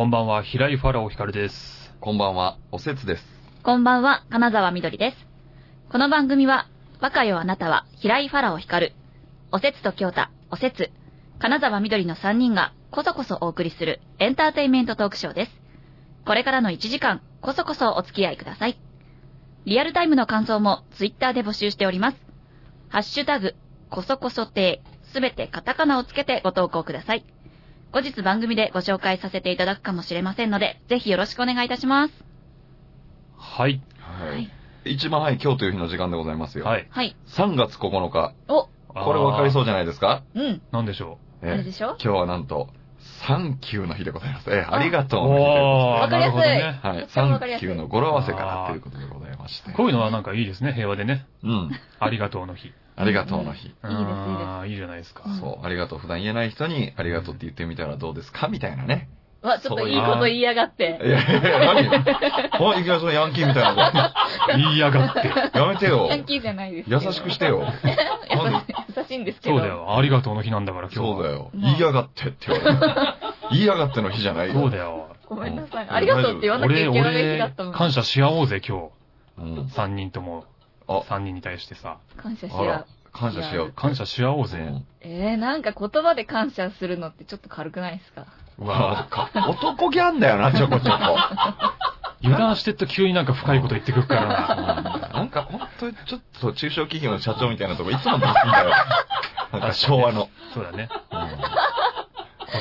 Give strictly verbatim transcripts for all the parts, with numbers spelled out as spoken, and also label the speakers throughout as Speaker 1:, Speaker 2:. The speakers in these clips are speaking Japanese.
Speaker 1: こんばんは、平井ファラオ光です。
Speaker 2: こんばんは、おせつです。
Speaker 3: こんばんは、金沢みどりです。この番組は、若よあなたは平井ファラオ光、おせつと京太、おせつ、金沢みどりのさんにんがこそこそお送りするエンターテインメントトークショーです。これからのいちじかん、こそこそお付き合いください。リアルタイムの感想もツイッターで募集しております。ハッシュタグ、こそこそ亭、すべてカタカナをつけてご投稿ください。後日番組でご紹介させていただくかもしれませんので、ぜひよろしくお願いいたします。
Speaker 1: はい。
Speaker 2: はい。一番早い今日という日の時間でございますよ。
Speaker 1: はい。
Speaker 3: はい。
Speaker 2: さんがつここのか。
Speaker 3: お、
Speaker 2: これ分かりそうじゃないですか？
Speaker 3: うん。
Speaker 1: なんでしょ
Speaker 3: う。あれでしょ？
Speaker 2: 今日はなんと、サンキューの日でございます。え、ありがとうの日でござい
Speaker 3: ます。わかりやすい。
Speaker 1: ね、
Speaker 2: はい。サンキューの語呂合わせからということでございまして。
Speaker 1: こういうのはなんかいいですね、平和でね。
Speaker 2: うん。
Speaker 1: ありがとうの日。
Speaker 2: ありがとうの日。いい
Speaker 3: です、いいです。
Speaker 1: いいじゃないですか。
Speaker 2: そう。ありがとう。普段言えない人に、ありがとうって言ってみたらどうですかみたいなね。
Speaker 3: わ、ちょっといいこと言いやがって。
Speaker 2: いやいやいや、何あ、いきなりそのヤンキーみたいな
Speaker 1: こと。言いやがって。
Speaker 2: やめてよ。
Speaker 3: ヤンキーじゃないです。
Speaker 2: 優しくしてよ。
Speaker 3: 優しいんですけど。
Speaker 1: そうだよ。ありがとうの日なんだから今日は。
Speaker 2: そうだよ。言いやがってって言われた。言いやがっての日じゃないよ。
Speaker 1: そうだよ。
Speaker 3: ごめんなさい。ありがとうって言わなきゃいけない日だったの。
Speaker 1: 感謝し合おうぜ今日。
Speaker 2: うん。
Speaker 1: さんにんとも。さんにんに対してさ。
Speaker 3: 感謝し合う。
Speaker 2: 感謝しよう。
Speaker 1: 感謝し合おうぜ。うん、
Speaker 3: えー、なんか言葉で感謝するのってちょっと軽くないですか？
Speaker 2: うわぁ、男ギャンだよな、ちょこちょこ。
Speaker 1: 油断してっと急になんか深いこと言ってくるから
Speaker 2: な。なんか本当にちょっと中小企業の社長みたいなとこいつも出すんだよ。なんか昭和の。
Speaker 1: そうだね。うん、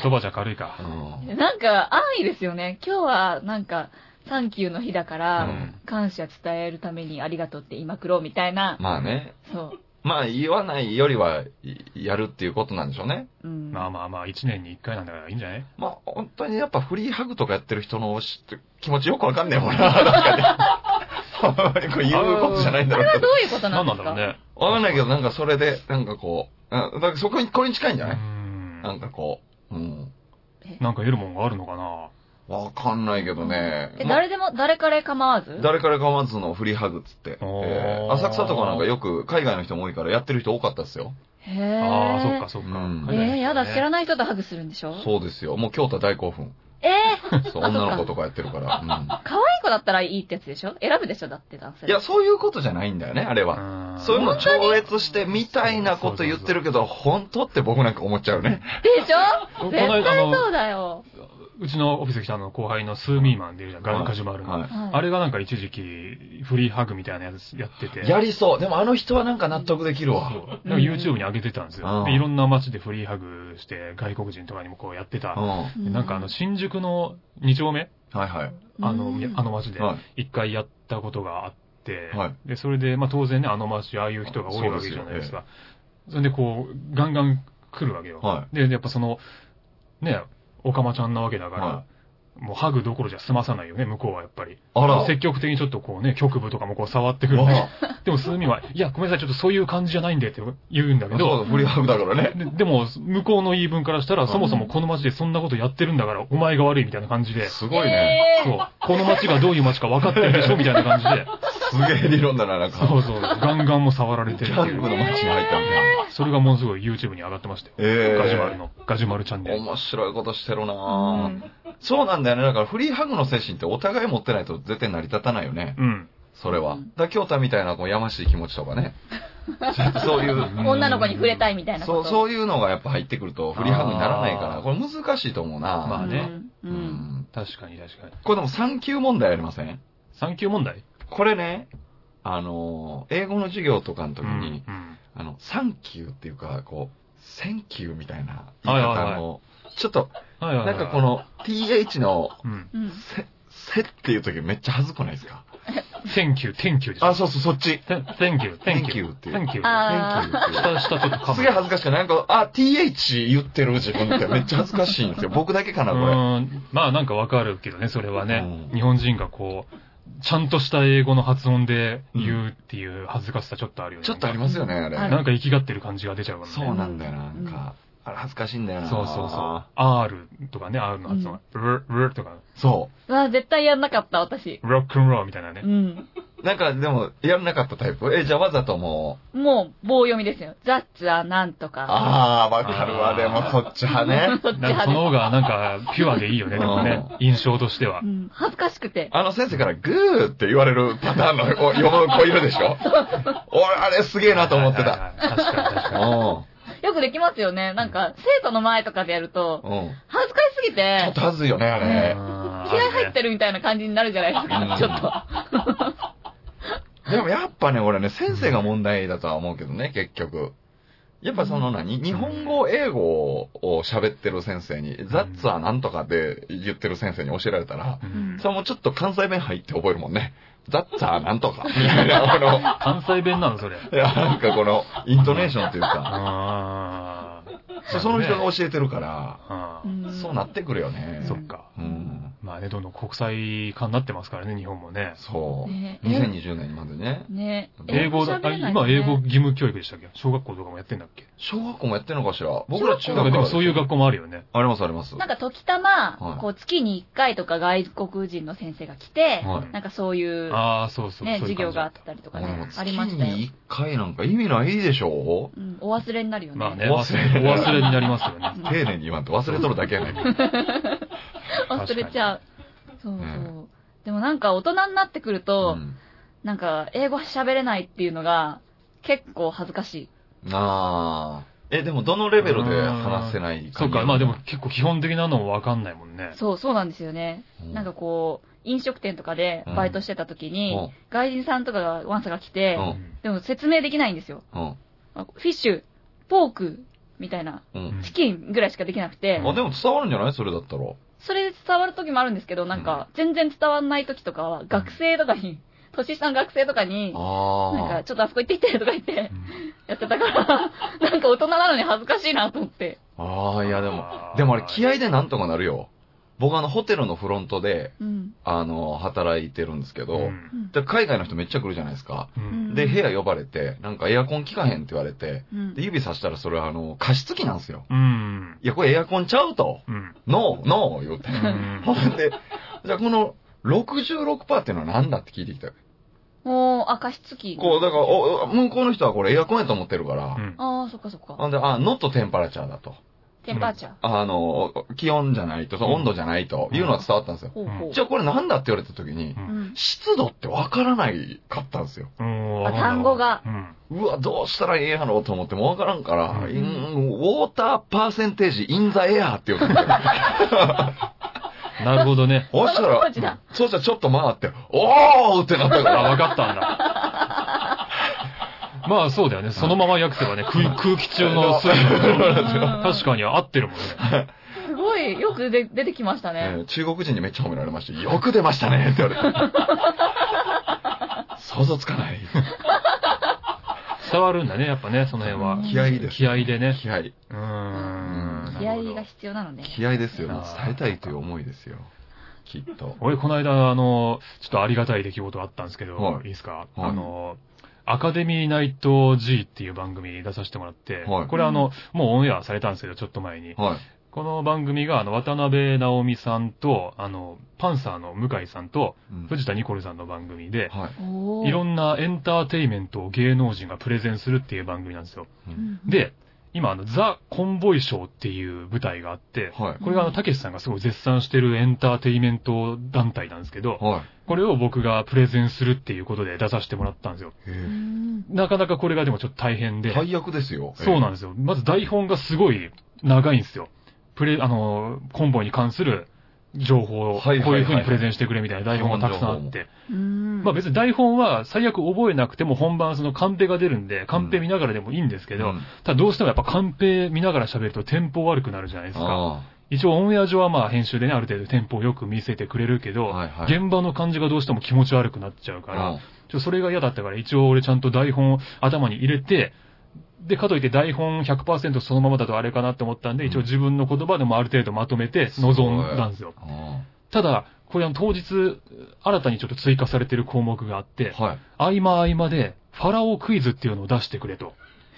Speaker 1: 言葉じゃ軽いか。
Speaker 3: うん、なんか安易ですよね。今日はなんか、サンキューの日だから、うん、感謝伝えるためにありがとうって言いまくろうみたいな。
Speaker 2: まあね。
Speaker 3: そう。
Speaker 2: まあ言わないよりはやるっていうことなんでしょうね。
Speaker 1: うん、まあまあまあ一年に一回なんだからいいんじゃない？
Speaker 2: まあ本当にやっぱフリーハグとかやってる人の気持ちよくわかんねえもんな。なんかね。あんまりこう言うことじゃないんだろうけど。
Speaker 3: これはどういうことなんですか？
Speaker 1: なんだろうね。
Speaker 2: わかんないけどなんかそれでなんかこう、だからそこにこれに近いんじゃない？うん。なんかこう、うん。
Speaker 1: なんか得るもんがあるのかな？
Speaker 2: わかんないけどね。
Speaker 3: え、誰でも、誰から構わず？
Speaker 2: 誰から構わずのフリーハグっつって。えー、浅草とかなんかよく海外の人も多いからやってる人多かったですよ。
Speaker 3: へー。
Speaker 1: ああ、そっかそっか。うん、
Speaker 3: えー、やだ、知らない人とハグするんでしょ？
Speaker 2: そうですよ。もう京都大興奮。
Speaker 3: えー、
Speaker 2: そう、女の子とかやってるから。うん、
Speaker 3: 可愛い子だったらいいってやつでしょ？選ぶでしょだって男性。
Speaker 2: いや、そういうことじゃないんだよね、あれは。そういうの超越してみたいなこと言ってるけど、本当って僕なんか思っちゃうね。
Speaker 3: でしょ？絶対そうだよ。
Speaker 1: うちのオフィス来たの後輩のスーミーマンでいるじゃん、ガルカジュマルの、はい。あれがなんか一時期フリーハグみたいなやつやってて。
Speaker 2: やりそう。でもあの人はなんか納得できるわ。
Speaker 1: そう。なんか YouTube に上げてたんですよ。うん、でいろんな街でフリーハグして外国人とかにもこうやってた。うん、なんかあの新宿のに丁目、
Speaker 2: はいはい。
Speaker 1: あの、あの街で一回やったことがあって、はい、で、それで、まあ当然ね、あの街、ああいう人が多いわけじゃないですか。それでこう、ガンガン来るわけよ。はい、で、やっぱその、ね、オカマちゃんなわけだから、はい、もうハグどころじゃ済まさないよね、向こうはやっぱり。あら。積極的にちょっとこうね、局部とかもこう触ってくる。でも、スーミンは、いや、ごめんなさい、ちょっとそういう感じじゃないんでって言うんだけど。
Speaker 2: そうだ、フリーハグだからね。
Speaker 1: で, でも、向こうの言い分からしたら、そもそもこの街でそんなことやってるんだから、お前が悪いみたいな感じで。
Speaker 2: すごいね。
Speaker 1: そう。この街がどういう街か分かってるでしょみたいな感じで。
Speaker 2: すげえ理論だな、なんか。
Speaker 1: そうそう。ガンガンも触られてる。
Speaker 2: キャンプの街に入ったんだよ。
Speaker 1: それがものすごい YouTube に上がってましたよ。えー、ガジュマルの、ガジュマルチャンネル。
Speaker 2: 面白いことしてるなぁ、うん。そうなんだよね。だからフリーハグの精神ってお互い持ってないと絶対成り立たないよね。うん。それは。だ京太みたいなこうやましい気持ちとかね。そういう。
Speaker 3: 女の子に触れたいみたいなこと。
Speaker 2: そう、そういうのがやっぱ入ってくるとフリーハグにならないから、これ難しいと思うな。
Speaker 1: まあね。うん。うん、確かに確かに。
Speaker 2: これでも産休問題ありません？
Speaker 1: 産休問題？
Speaker 2: これね、あの、英語の授業とかの時に、うんうん、あの、サンキューっていうか、こう、センキューみたいな言い方の、はいはいはい、ちょっと、はいはいはい、なんかこの ティーエイチ の、うん、せ、せっていう時めっちゃ恥ずくないですか？
Speaker 1: センキュー、テンキューでしょ。
Speaker 2: あ、そうそう、そっち。
Speaker 1: センキュー、テンキュー。
Speaker 2: っていう。
Speaker 1: テンキュー。
Speaker 3: あ
Speaker 2: テンキューっていう。
Speaker 1: 下、下ちょっとか
Speaker 2: すげえ恥ずかしくない？なんか、あ、ティーエイチ 言ってる自分ってめっちゃ恥ずかしいんですよ。僕だけかな、これ。
Speaker 1: うん。まあなんかわかるけどね、それはね。うん、日本人がこう、ちゃんとした英語の発音で言うっていう恥ずかしさちょっとあるよね。
Speaker 2: ちょっとありますよね、あれ。
Speaker 1: なんか生きがってる感じが出ちゃうからね。
Speaker 2: そうなんだよな、なんか。あれ恥ずかしいんだよな。
Speaker 1: そうそうそう。R とかね、R の発音。ルルルとか。
Speaker 2: そう。
Speaker 3: うわ、絶対やんなかった、私。
Speaker 1: ロックンロールみたいなね。
Speaker 3: うん。
Speaker 2: なんかでも、やらなかったタイプえ、じゃあわざとも
Speaker 3: う。もう、棒読みですよ。ザッツはなんとか。
Speaker 2: ああ、わかるわ。でも、そっち派ね。
Speaker 3: そっち派
Speaker 1: その方がなんか、ピュアでいいよね、でもね。印象としては。
Speaker 3: うん。恥ずかしくて。
Speaker 2: あの先生からグーって言われるパターンのを読む子いるでしょ俺、あれすげえなと思ってた。
Speaker 1: 確かに確かに。
Speaker 3: よくできますよね。なんか、生徒の前とかでやると、恥ずかしすぎて。
Speaker 2: ちょっと恥ずいよね、あれ。
Speaker 3: 気合入ってるみたいな感じになるじゃないですか、ちょっ
Speaker 2: と。でもやっぱね、俺ね、先生が問題だとは思うけどね、結局。やっぱその何、日本語、英語を喋ってる先生に、ザッツはなんとかで言ってる先生に教えられたら、それもちょっと関西弁入って覚えるもんね。ザッツはなんとか。みたいな、この。
Speaker 1: 関西弁なのそれ。
Speaker 2: いや、なんかこの、イントネーションというか。その人が教えてるから、そうなってくるよね。
Speaker 1: そっか。まあね、どんどん国際化になってますからね、日本もね。
Speaker 2: そう。にせんにじゅうねんにまでね。
Speaker 3: ね。
Speaker 1: 英語だ、今英語義務教育でしたっけ？小学校とかもやってんだっけ？
Speaker 2: 小学校もやってんのかしら？僕ら中学校。
Speaker 1: でもそういう学校もあるよね。
Speaker 2: ありますあります。
Speaker 3: なんか時たま、こう月にいっかいとか外国人の先生が来て、なんかそういう、
Speaker 1: ああ、そうそう。
Speaker 3: ね、授業があったりとかね、ありましたよ。
Speaker 2: 月にいっかいなんか意味ないでしょ？
Speaker 3: うん、お忘れになるよね。
Speaker 1: まあね、お忘れ、お忘れになりますよね。
Speaker 2: 丁寧に言わんと忘れとるだけやないか。
Speaker 3: 忘れちゃう。そうそう。でもなんか大人になってくると、なんか英語喋れないっていうのが結構恥ずかしい。
Speaker 2: ああ。え、でもどのレベルで話せない
Speaker 1: か。そうか、まあでも結構基本的なのもわかんないもんね。
Speaker 3: そう、そうなんですよね。なんかこう、飲食店とかでバイトしてた時に、外人さんとかがワンサが来て、でも説明できないんですよ。フィッシュ、ポーク、みたいな、チキンぐらいしかできなくて。
Speaker 2: あ、でも伝わるんじゃないそれだったら。
Speaker 3: それで伝わる時もあるんですけど、なんか、全然伝わんない時とかは、学生とかに、年下の学生とかに、なんか、ちょっとあそこ行ってきてとか言って、やってたから、なんか大人なのに恥ずかしいなと思って。
Speaker 2: ああ、いやでも、でもあれ気合でなんとかなるよ。僕あの、ホテルのフロントで、うん、あの、働いてるんですけど、うん、で海外の人めっちゃ来るじゃないですか。うん、で、部屋呼ばれて、なんかエアコン効かへんって言われて、うん、で、指さしたらそれはあの、加湿器なんですよ。うん、いや、これエアコンちゃうと。うん、ノー、ノー言うて。ほ、うんで、じゃあこの ろくじゅうろくパーセント っていうのは何だって聞いてきた。
Speaker 3: おー、あ、加湿器。
Speaker 2: こう、だから、お、向こうの人はこれエアコンやと思ってるから。うん、
Speaker 3: ああ、そっかそっか。
Speaker 2: ほんで、あ、ノットテンパラチャーだと。
Speaker 3: テンパーチャー。
Speaker 2: あの、気温じゃないと、その温度じゃないというのは伝わったんですよ。うん、じゃあこれなんだって言われた時に、うん、湿度ってわからないかったんですよ。
Speaker 3: うん、単語が、
Speaker 2: うん。うわ、どうしたらいいやろうと思ってもわからんから、うん、ウォーターパーセンテージインザエアーって言うんですよ。
Speaker 1: なるほどね。
Speaker 2: そしたら、そしたらちょっと回って、おーってなったから。
Speaker 1: あ、わかったんだ。まあそうだよね。そのまま訳せばね、空, 空気中の水分確かに合ってるもんね。
Speaker 3: すごい、よくで出てきましたね、
Speaker 2: えー。中国人にめっちゃ褒められました。よく出ましたねって言われて。想像つかない。
Speaker 1: 伝わるんだね、やっぱね、その辺は。
Speaker 2: 気合です。
Speaker 1: 気合でね。
Speaker 2: 気合。う
Speaker 3: ーん。気合が必要なのね。
Speaker 2: 気合ですよ。伝えたいという思いですよ。きっと。
Speaker 1: 俺、この間、あの、ちょっとありがたい出来事あったんですけど、はい、いいですか、はい、あの、アカデミーナイト G っていう番組に出させてもらって、はい、これあの、もうオンエアされたんですけど、ちょっと前に。はい、この番組が、あの、渡辺直美さんと、あの、パンサーの向井さんと、うん、藤田ニコルさんの番組で、はい、いろんなエンターテイメントを芸能人がプレゼンするっていう番組なんですよ。うん、で、今、あの、ザ・コンボイショーっていう舞台があって、はい、これがあの、たけしさんがすごい絶賛してるエンターテイメント団体なんですけど、はい、これを僕がプレゼンするっていうことで出させてもらったんですよ。なかなかこれがでもちょっと大変で。
Speaker 2: 大役ですよ。
Speaker 1: そうなんですよ。まず台本がすごい長いんですよ。プレ、あの、コンボイに関する情報をこういう風にプレゼンしてくれみたいな台本がたくさんあって。まあ別に台本は最悪覚えなくても本番そのカンペが出るんで、カンペ見ながらでもいいんですけど、うん、ただどうしてもやっぱカンペ見ながら喋るとテンポ悪くなるじゃないですか。一応オンエア上はまあ編集でね、ある程度テンポをよく見せてくれるけど、はいはい、現場の感じがどうしても気持ち悪くなっちゃうから、ちょそれが嫌だったから一応俺ちゃんと台本を頭に入れて、で、かといって台本 ひゃくパーセント そのままだとあれかなって思ったんで、一応自分の言葉でもある程度まとめて臨んだんですよ。ただ、これは当日、新たにちょっと追加されてる項目があって、はい、合間合間で、ファラオクイズっていうのを出してくれと。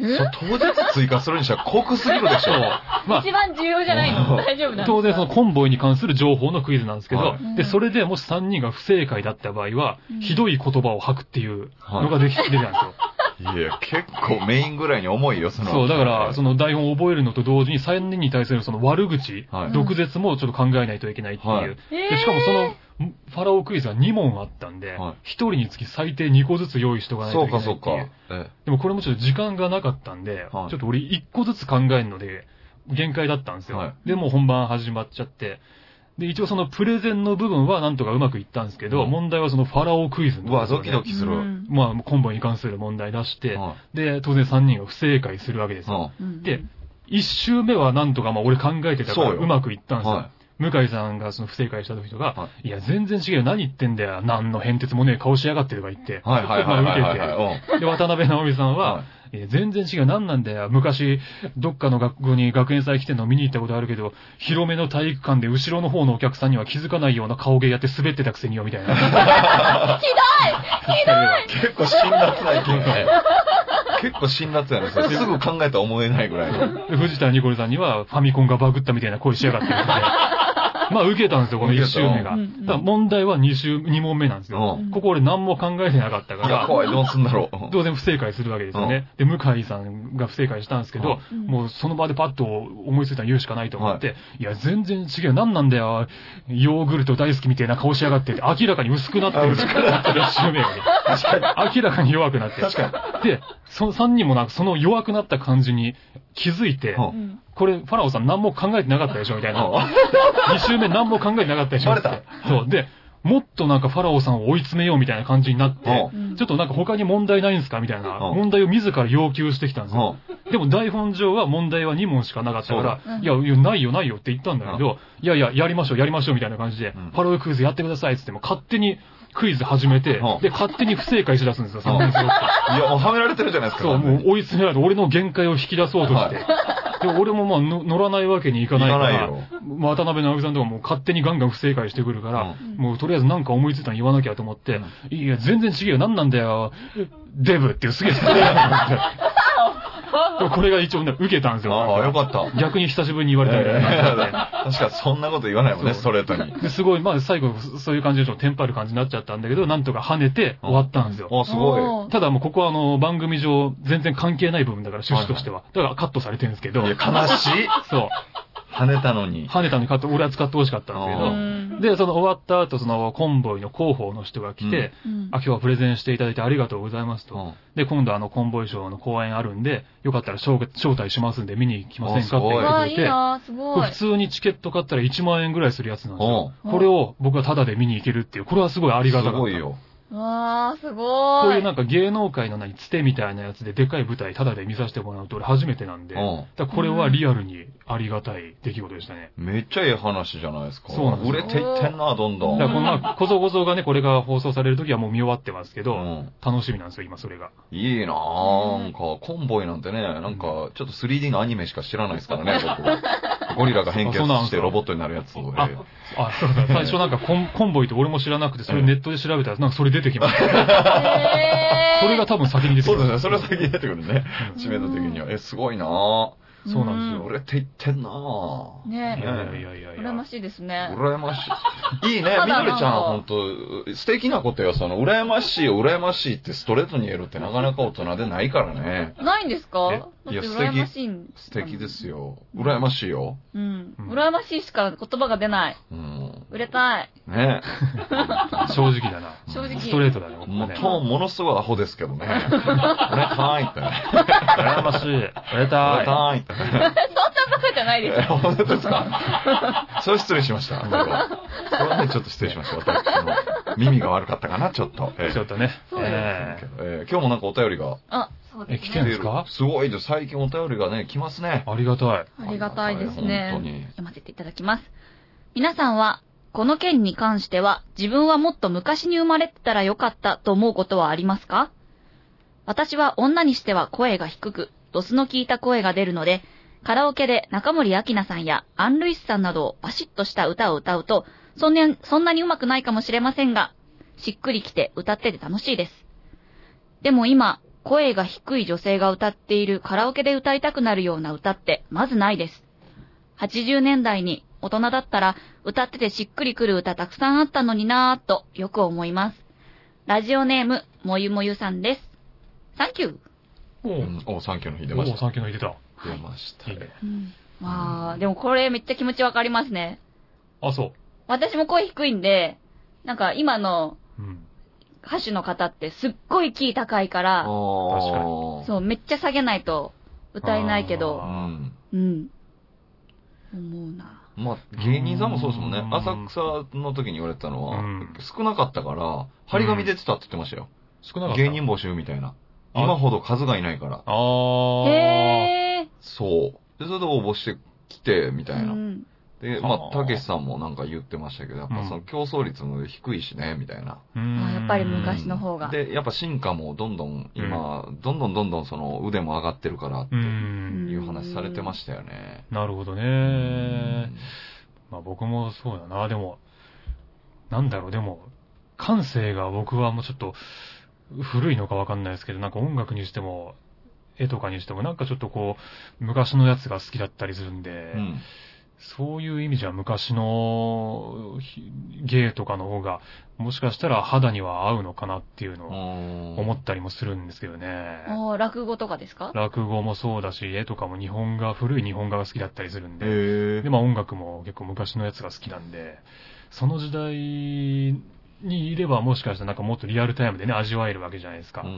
Speaker 2: 当日追加するにしては濃くすぎるでしょ。
Speaker 3: まあ、一番重要じゃないの大丈夫なんですか？
Speaker 1: 当然そのコンボイに関する情報のクイズなんですけど、はい、で、それでもしさんにんが不正解だった場合は、うん、ひどい言葉を吐くっていうのができてるんですよ。
Speaker 2: いや、結構メインぐらいに重いよ、その。
Speaker 1: そう、だから、その台本を覚えるのと同時にさんにんに対するその悪口、はい、毒舌もちょっと考えないといけないっていう。はい、でしかもその、ファラオクイズはに問あったんで、はい、ひとりにつき最低にこずつ用意しとかないといけないっていう。そうか、そうか。ええ、でもこれもちょっと時間がなかったんで、はい、ちょっと俺いっこずつ考えるので、限界だったんですよ。はい、で、もう本番始まっちゃって、で、一応そのプレゼンの部分はなんとかうまくいったんですけど、うん、問題はそのファラオクイズの、ね。
Speaker 2: うわ、ドキドキする。
Speaker 1: まあ、コンボに関する問題出して、はい、で、当然さんにんが不正解するわけですよ。うん、で、いっ周目はなんとかまあ俺考えてたからうまくいったんですよ。はい、向井さんがその不正解した時とか、はい、いや、全然違うよ。何言ってんだよ。何の変哲もねえ顔しやがってとか言って、
Speaker 2: はいはいはいはいはいはい、
Speaker 1: で、渡辺直美さんは、はい、いや全然違う。何なんだよ。昔、どっかの学校に学園祭来てんの見に行ったことあるけど、広めの体育館で後ろの方のお客さんには気づかないような顔芸やって滑ってたくせによ、みたいな。ひどい
Speaker 3: ひ
Speaker 2: どい結構辛辣な意見ね。結構辛辣やね。それすぐ考えたら思えないぐらいの。
Speaker 1: 藤田ニコルさんにはファミコンがバグったみたいな声しやがってるんで。まあ受けたんですよ、このいち周目が。ただ問題はに周、に問目なんですよ。うん、ここ俺何も考えてなかったから。
Speaker 2: いや、怖い、どうすんだろう。
Speaker 1: 当然不正解するわけですよね。うん、で、向井さんが不正解したんですけど、うん、もうその場でパッと思いついたら言うしかないと思って、はい、いや、全然違う。何なんだよ。ヨーグルト大好きみたいな顔しやがってて、明らかに薄くなってる。薄くなってるいち周目より。確かに。明らかに弱くなって。
Speaker 2: 確か
Speaker 1: に。で、そのさんにんもなんかその弱くなった感じに気づいて、うんこれ、ファラオさん何も考えてなかったでしょみたいな。に周目何も考えてなかったでしょって。そう。で、もっとなんかファラオさんを追い詰めようみたいな感じになって、ちょっとなんか他に問題ないんですかみたいな。問題を自ら要求してきたんですよ。でも台本上は問題はに問しかなかったから、いや、いや、ないよないよって言ったんだけど、いやいや、やりましょうやりましょうみたいな感じで、ファラオクイズやってくださいって言っても勝手に、クイズ始めて、で、勝手に不正解しだすんですよ、さんにん揃って。
Speaker 2: いや、もうはめられてるじゃないですか。
Speaker 1: そう、もう追い詰められて、俺の限界を引き出そうとして。で、俺もまあ乗らないわけにいかないから、渡辺直美さんとかも勝手にガンガン不正解してくるから、もうとりあえずなんか思いついたの言わなきゃと思って、いや、全然違うよ、なんなんだよ、デブっていうすげえ失礼なのって。これが一応ね、受けたんですよ。
Speaker 2: ああ、よかった。
Speaker 1: 逆に久しぶりに言われたみたいな。
Speaker 2: 確かそんなこと言わないもんね、ストレートに。
Speaker 1: ですごい、まあ最後、そういう感じでちょっとテンパる感じになっちゃったんだけど、なんとか跳ねて終わったんですよ。
Speaker 2: あ、すご
Speaker 1: い。ただもうここはあの、番組上全然関係ない部分だから、趣旨としては。だからカットされてるんですけど。
Speaker 2: いや、悲しい。
Speaker 1: そう。
Speaker 2: 跳ねたのに。
Speaker 1: 跳ねたのにカット、俺は使ってほしかったんですけど。で、その終わった後、そのコンボイの広報の人が来て、うん、あ、今日はプレゼンしていただいてありがとうございますと。うん、で、今度あの、コンボイ賞の公演あるんで、よかったら招待しますんで見に来ませんかって言ってくれて、
Speaker 3: いいなすごい。
Speaker 1: これ普通にチケット買ったらいちまんえんぐらいするやつなんですよ。これを僕はタダで見に行けるっていう、これはすごいありがたかった。
Speaker 2: すごいよ。
Speaker 3: わー、すごい。
Speaker 1: こういうなんか芸能界の何、つてみたいなやつででかい舞台タダで見させてもらうと俺初めてなんで、うん、だこれはリアルにありがたい出来事でしたね。
Speaker 2: めっちゃいい話じゃないですか。
Speaker 1: そうなんですよ。
Speaker 2: 売れていってんな、どんどん。
Speaker 1: だからこんな、こぞこぞがね、これが放送されるときはもう見終わってますけど、うん、楽しみなんですよ、今それが。
Speaker 2: いいなぁ。なんか、コンボイなんてね、なんか、ちょっと スリーディー のアニメしか知らないですからね、僕。ゴリラが変形してロボットになるやつを。
Speaker 1: あ、あ、そうだ。最初なんかコン、コンボイって俺も知らなくて、それネットで調べたら、なんかそれ出てきました。それが多分先に出てくる。
Speaker 2: そうですね。それは先に出てくるね。知名度的には。え、すごいなぁ。
Speaker 1: そうなんですよ。
Speaker 2: 売れていってんなぁ。
Speaker 3: ね
Speaker 1: え。いやいやいやいや。
Speaker 3: 羨ましいですね。
Speaker 2: 羨ましい。いいね。みどりちゃん、ほんと、素敵なことよ。その、羨ましい、羨ましいってストレートに言えるってなかなか大人でないからね。
Speaker 3: ないんですか？
Speaker 2: いや、素敵。素敵ですよ。羨ましいよ。
Speaker 3: うん。羨ましいしか言葉が出ない。うん。売れたい。
Speaker 2: ね
Speaker 1: 正直だな。
Speaker 3: 正直。
Speaker 1: ストレートだね。
Speaker 2: もう、トーンものすごいアホですけどね。売れたいって。
Speaker 1: 羨ましい。売れたい。
Speaker 2: 売れたいって。
Speaker 3: そんなバカじゃないです。
Speaker 2: 本当ですか？それ失礼しました。それはね、ちょっと失礼しました。私の耳が悪かったかな、ちょっと。
Speaker 1: ちょっとね。
Speaker 2: えー、今日もなんかお便りが。
Speaker 3: あ、そうですね。
Speaker 1: え、来てるんですか？
Speaker 2: すごいです。最近お便りがね、来ますね。
Speaker 1: ありがたい。あ
Speaker 3: りがたいですね。本当に。読ませていただきます。皆さんは、この件に関しては、自分はもっと昔に生まれてたらよかったと思うことはありますか？私は女にしては声が低く、ドスの効いた声が出るので、カラオケで中森明菜さんやアン・ルイスさんなどをバシッとした歌を歌うと、そんな、そんなに上手くないかもしれませんが、しっくりきて歌ってて楽しいです。でも今、 声が低い女性が歌っているカラオケで歌いたくなるような歌ってまずないです。はちじゅうねんだいに大人だったら歌っててしっくりくる歌たくさんあったのになぁとよく思います。ラジオネームもゆもゆさんです。サンキュ
Speaker 2: ー。おお、サンキューの日出ました。
Speaker 1: おサンキューの日出た。
Speaker 2: 出ましたね。
Speaker 3: うん、まあ、でもこれめっちゃ気持ちわかりますね。
Speaker 1: あ、そう。
Speaker 3: 私も声低いんで、なんか今の歌手の方ってすっごいキー高いから、
Speaker 1: 確かに。
Speaker 3: そう、めっちゃ下げないと歌えないけど、うん。うん。思うな。
Speaker 2: まあ、芸人さんもそうですもんね。浅草の時に言われてたのは、うん、少なかったから、張り紙出てたって言ってましたよ。
Speaker 1: うん、少なかった。
Speaker 2: 芸人募集みたいな。今ほど数がいないから。
Speaker 1: あー。
Speaker 3: へー。
Speaker 2: そう。で、それで応募してきて、みたいな。うん、で、まあ、たけしさんもなんか言ってましたけど、やっぱその競争率も低いしね、みたいな。
Speaker 3: うん、あやっぱり昔の方が。
Speaker 2: で、やっぱ進化もどんどん今、うん、どんどんどんどんその腕も上がってるからっていう話されてましたよね。
Speaker 1: なるほどね。まあ僕もそうだな。でも、なんだろう、でも、感性が僕はもうちょっと古いのかわかんないですけど、なんか音楽にしても、絵とかにしてもなんかちょっとこう、昔のやつが好きだったりするんで、うん、そういう意味じゃ昔の芸とかの方がもしかしたら肌には合うのかなっていうのを思ったりもするんですけどね。
Speaker 3: あ、落語とかですか？
Speaker 1: 落語もそうだし、絵とかも日本画、古い日本画が好きだったりするんで、で、まあ音楽も結構昔のやつが好きなんで、その時代にいればもしかしたらなんかもっとリアルタイムでね、味わえるわけじゃないですか。うん、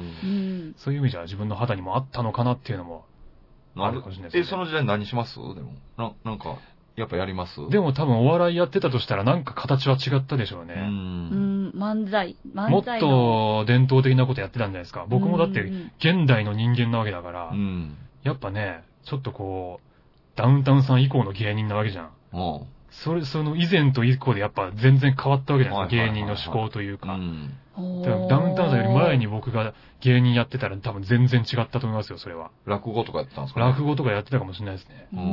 Speaker 1: そういう意味じゃ自分の肌にもあったのかなっていうのもあるかもしれないですね。
Speaker 2: え、その時代何します？でも。な、なんか、やっぱやります？
Speaker 1: でも多分お笑いやってたとしたらなんか形は違ったでしょうね。う
Speaker 3: ん。漫才。
Speaker 1: 漫才のもっと伝統的なことやってたんじゃないですか。僕もだって現代の人間なわけだから、うん、やっぱね、ちょっとこう、ダウンタウンさん以降の芸人なわけじゃん。うん、それ、その以前と以降でやっぱ全然変わったわけじゃないですか。芸人の思考というか。うん、ダウンタウンさんより前に僕が芸人やってたら多分全然違ったと思いますよ、それは。
Speaker 2: 落語とかやってたんですかね？
Speaker 1: 落語とかやってたかもしれないですね。
Speaker 3: うん。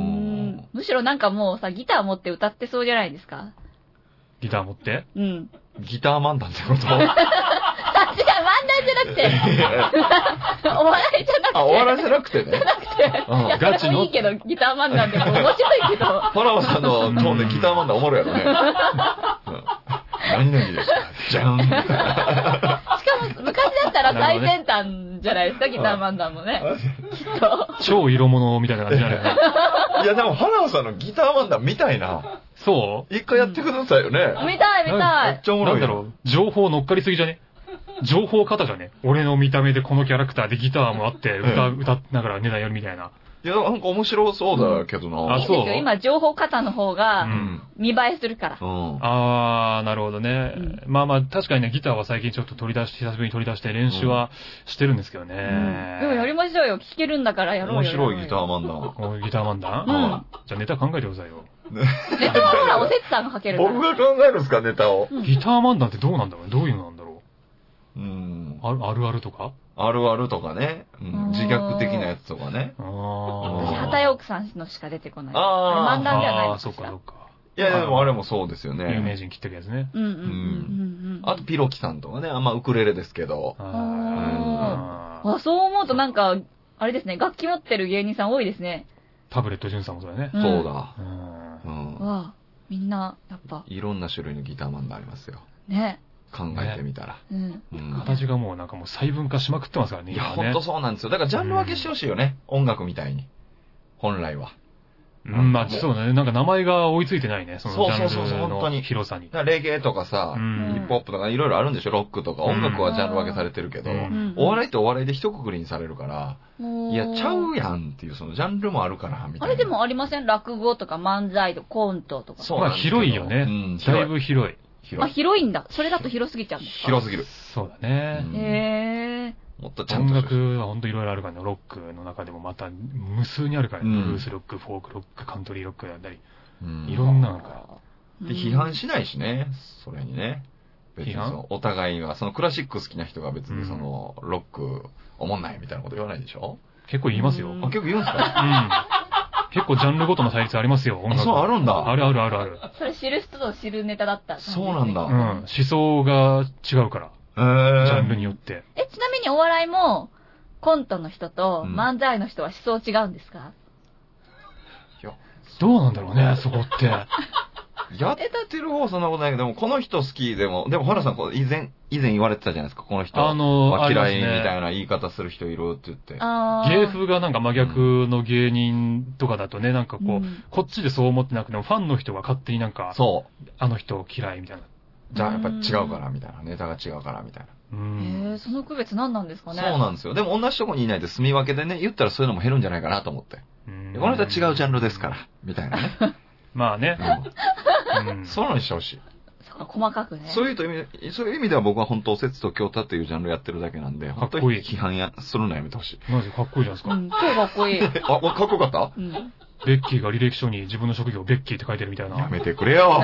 Speaker 3: むしろなんかもうさ、ギター持って歌ってそうじゃないですか？
Speaker 1: ギター持って？
Speaker 3: うん。
Speaker 2: ギター漫談ってこと？
Speaker 3: さすが漫談じゃなくて。お笑いじゃなくて。
Speaker 2: あ、お笑いじゃなくてね。
Speaker 3: じゃなくて。うん、ガチの。いいけど、ギター漫談でも面白いけど。
Speaker 2: パラオさんのトーンでギター漫談おもろいやろね。うん何々ですかじゃん。しか
Speaker 3: も、昔だったら最先端じゃないですか、ギター漫談もね。きっと。
Speaker 1: 超色物みたいな感じになるよね。
Speaker 2: いや、でも、花尾さんのギター漫談見たいな。
Speaker 1: そう
Speaker 2: 一回やってくださいよね。
Speaker 3: 見たい、見たい。
Speaker 2: めっちゃおもろい。
Speaker 1: なんだろう、情報乗っかりすぎじゃね？情報型じゃね？俺の見た目でこのキャラクターでギターもあって、歌、歌いながら値段やるみたいな。
Speaker 2: いや、なんか面白そうだけどな。うん、
Speaker 1: あ、そう。
Speaker 3: 今、情報型の方が、見栄えするから。うん、
Speaker 1: あー、なるほどね、うん。まあまあ、確かにね、ギターは最近ちょっと取り出し、久しぶりに取り出して練習はしてるんですけどね。
Speaker 3: うん、でもやりましょうよ。聴けるんだからやろうよ。
Speaker 2: 面白いギター漫談。
Speaker 1: ギター漫談？うん。じゃあネタ考えてくださいよ。
Speaker 3: ネタはほら、おせつさんが書けるから。
Speaker 2: 僕が考えるんですか、ネタを。
Speaker 1: ギター漫談ってどうなんだろうね。どういうのなんだろ
Speaker 2: う。うん。
Speaker 1: ある、あるあるとか？
Speaker 2: あるあるとかね。うん、自虐的なやつとかね。
Speaker 3: ああ。畑奥さんのしか出てこない。ああ。漫談じゃないですか。
Speaker 1: ああ、そっかそっか。
Speaker 2: いや、でもあれもそうですよね。
Speaker 1: 有名人切ってるやつね。
Speaker 3: うんうんうんうん。
Speaker 2: あと、ピロキさんとかね。あんまウクレレですけど。
Speaker 3: ああ。そう思うとなんか、あれですね。楽器持ってる芸人さん多いですね。
Speaker 1: タブレット潤さんもそうだね。
Speaker 2: そうだ。うん。
Speaker 3: わあ、みんな、やっぱ。
Speaker 2: いろんな種類のギターマンがありますよ。
Speaker 3: ね。
Speaker 2: 考えてみたら、
Speaker 3: ね
Speaker 1: うん。形がもうなんかもう細分化しまくってますからね。
Speaker 2: いや、ほんとそうなんですよ。だからジャンル分けしてほしいよね。うん、音楽みたいに。本来は。
Speaker 1: うん、まあ、そうだね。なんか名前が追いついてないね。そのジャンルの広さに。
Speaker 2: だからレゲエとかさ、うん、ヒップホップとかいろいろあるんでしょ。ロックとか。音楽はジャンル分けされてるけど、うん、お笑いってお笑いで一括りにされるから、うん、いや、ちゃうやんっていう、そのジャンルもあるから、みたいな。
Speaker 3: あれでもありません？落語とか漫才とかコントとか。
Speaker 1: そう。まあ広いよね。うん、だいぶ広い。
Speaker 3: あ、広いんだ。それだと広すぎちゃうんですか？
Speaker 2: 広すぎる。
Speaker 1: そうだね。
Speaker 3: へ、うん、え
Speaker 1: ー。もっとちゃんと。音楽は本当いろいろあるからね。ロックの中でもまた無数にあるからね。うん、ブルースロック、フォークロック、カントリーロックだったり。うん、いろんなのあるから。
Speaker 2: で、批判しないしね。それにね。別にそのお互いは、そのクラシック好きな人が別にその、ロック、おもんないみたいなこと言わないでしょ？
Speaker 1: 結構言いますよ。
Speaker 2: あ、結構言うんですか？
Speaker 1: うん。結構ジャンルごとの対立ありますよ、音楽。
Speaker 2: そう、あるんだ。
Speaker 1: あるあるあるある。
Speaker 3: それ知る人と知るネタだった。
Speaker 2: そうなんだ。
Speaker 1: うん。思想が違うから。へー。ジャンルによって。
Speaker 3: え、ちなみにお笑いも、 コントの人と漫才の人は思想違うんですか？
Speaker 1: いや、どうなんだろうね、そこって。
Speaker 2: やってる方そんなことないけど、でもこの人好きでも、でも原さんこう以前、以前言われてたじゃないですか、この人は嫌いみたいな言い方する人いるって言って。
Speaker 1: 芸風がなんか真逆の芸人とかだとね、なんかこう、うん、こっちでそう思ってなくても、ファンの人が勝手になんか、そう。あの人嫌いみたいな。
Speaker 2: じゃあやっぱ違うからみたいな、ネタが違うからみたいな。
Speaker 3: へえ、その区別何なんですかね。
Speaker 2: そうなんですよ。でも同じとこにいないと住み分けでね、言ったらそういうのも減るんじゃないかなと思って。この人は違うジャンルですから、みたいなね。
Speaker 1: まあね。
Speaker 2: うん、そういうのにしてほしい。
Speaker 3: そうか、細かくね。
Speaker 2: そういう意味、そういう意味では僕は本当、説と京太っていうジャンルやってるだけなんで、
Speaker 1: かっこいい。
Speaker 2: 批判や、するのやめてほしい。
Speaker 1: マジかっこいいじゃないですか。
Speaker 3: うん、超かっこいい。あ、
Speaker 2: かっこよかった、うん、
Speaker 1: ベッキーが履歴書に自分の職業ベッキーって書いてるみたいな。
Speaker 2: やめてくれよ。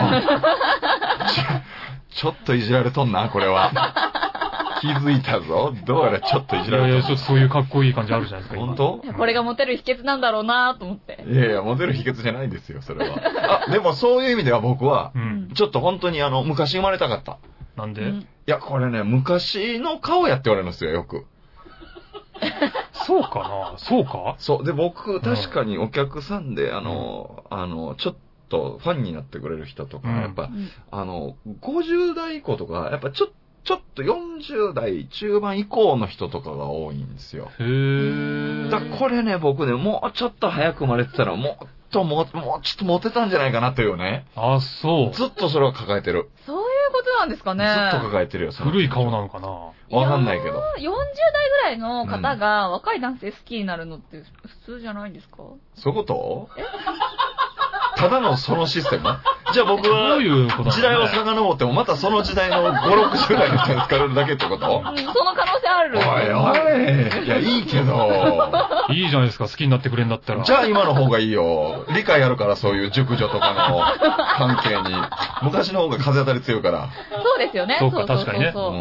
Speaker 2: ちょっといじられとんな、これは。気づいたぞ。どうやらちょっといじられた。
Speaker 1: いやいや、ちょっとそういうかっこいい感じあるじゃないですか。
Speaker 2: 本当？
Speaker 3: これがモテる秘訣なんだろうなと思って。
Speaker 2: いやいや、モテる秘訣じゃないんですよ、それは。あ、でもそういう意味では僕は、うん、ちょっと本当にあの、昔生まれたかった。
Speaker 1: なんで？
Speaker 2: いや、これね、昔の顔やって言われるんですよ、よく。
Speaker 1: そうかな？そうか？
Speaker 2: そう。で、僕、確かにお客さんで、あの、うん、あの、ちょっとファンになってくれる人とか、うん、やっぱ、うん、あの、ごじゅう代以降とか、やっぱちょっと、ちょっとよんじゅう代中盤以降の人とかが多いんですよ。
Speaker 1: へー。
Speaker 2: だこれね、僕ね、もうちょっと早く生まれてたら、もっとも、もうちょっとモテたんじゃないかなというね。
Speaker 1: あ、そう。
Speaker 2: ずっとそれを抱えてる。
Speaker 3: そういうことなんですかね。
Speaker 2: ずっと抱えてるよ。
Speaker 1: 古い顔なのかな？
Speaker 2: わかんないけど。よ
Speaker 3: んじゅう代ぐらいの方が若い男性好きになるのって普通じゃないんですか？
Speaker 2: そういうこと？えただのそのシステム？じゃあ僕は、時代を遡ってもまたその時代のご、ろくじゅう代の人に疲れるだけってこと？
Speaker 3: うん、その可能性ある。
Speaker 2: おいおい。いや、いいけど。
Speaker 1: いいじゃないですか、好きになってくれんだったら。
Speaker 2: じゃあ今の方がいいよ。理解あるから、そういう熟女とかの関係に。昔の方が風当たり強いから。
Speaker 3: そうですよね。
Speaker 1: そうか、確かにね。
Speaker 3: そうそうそう。うん、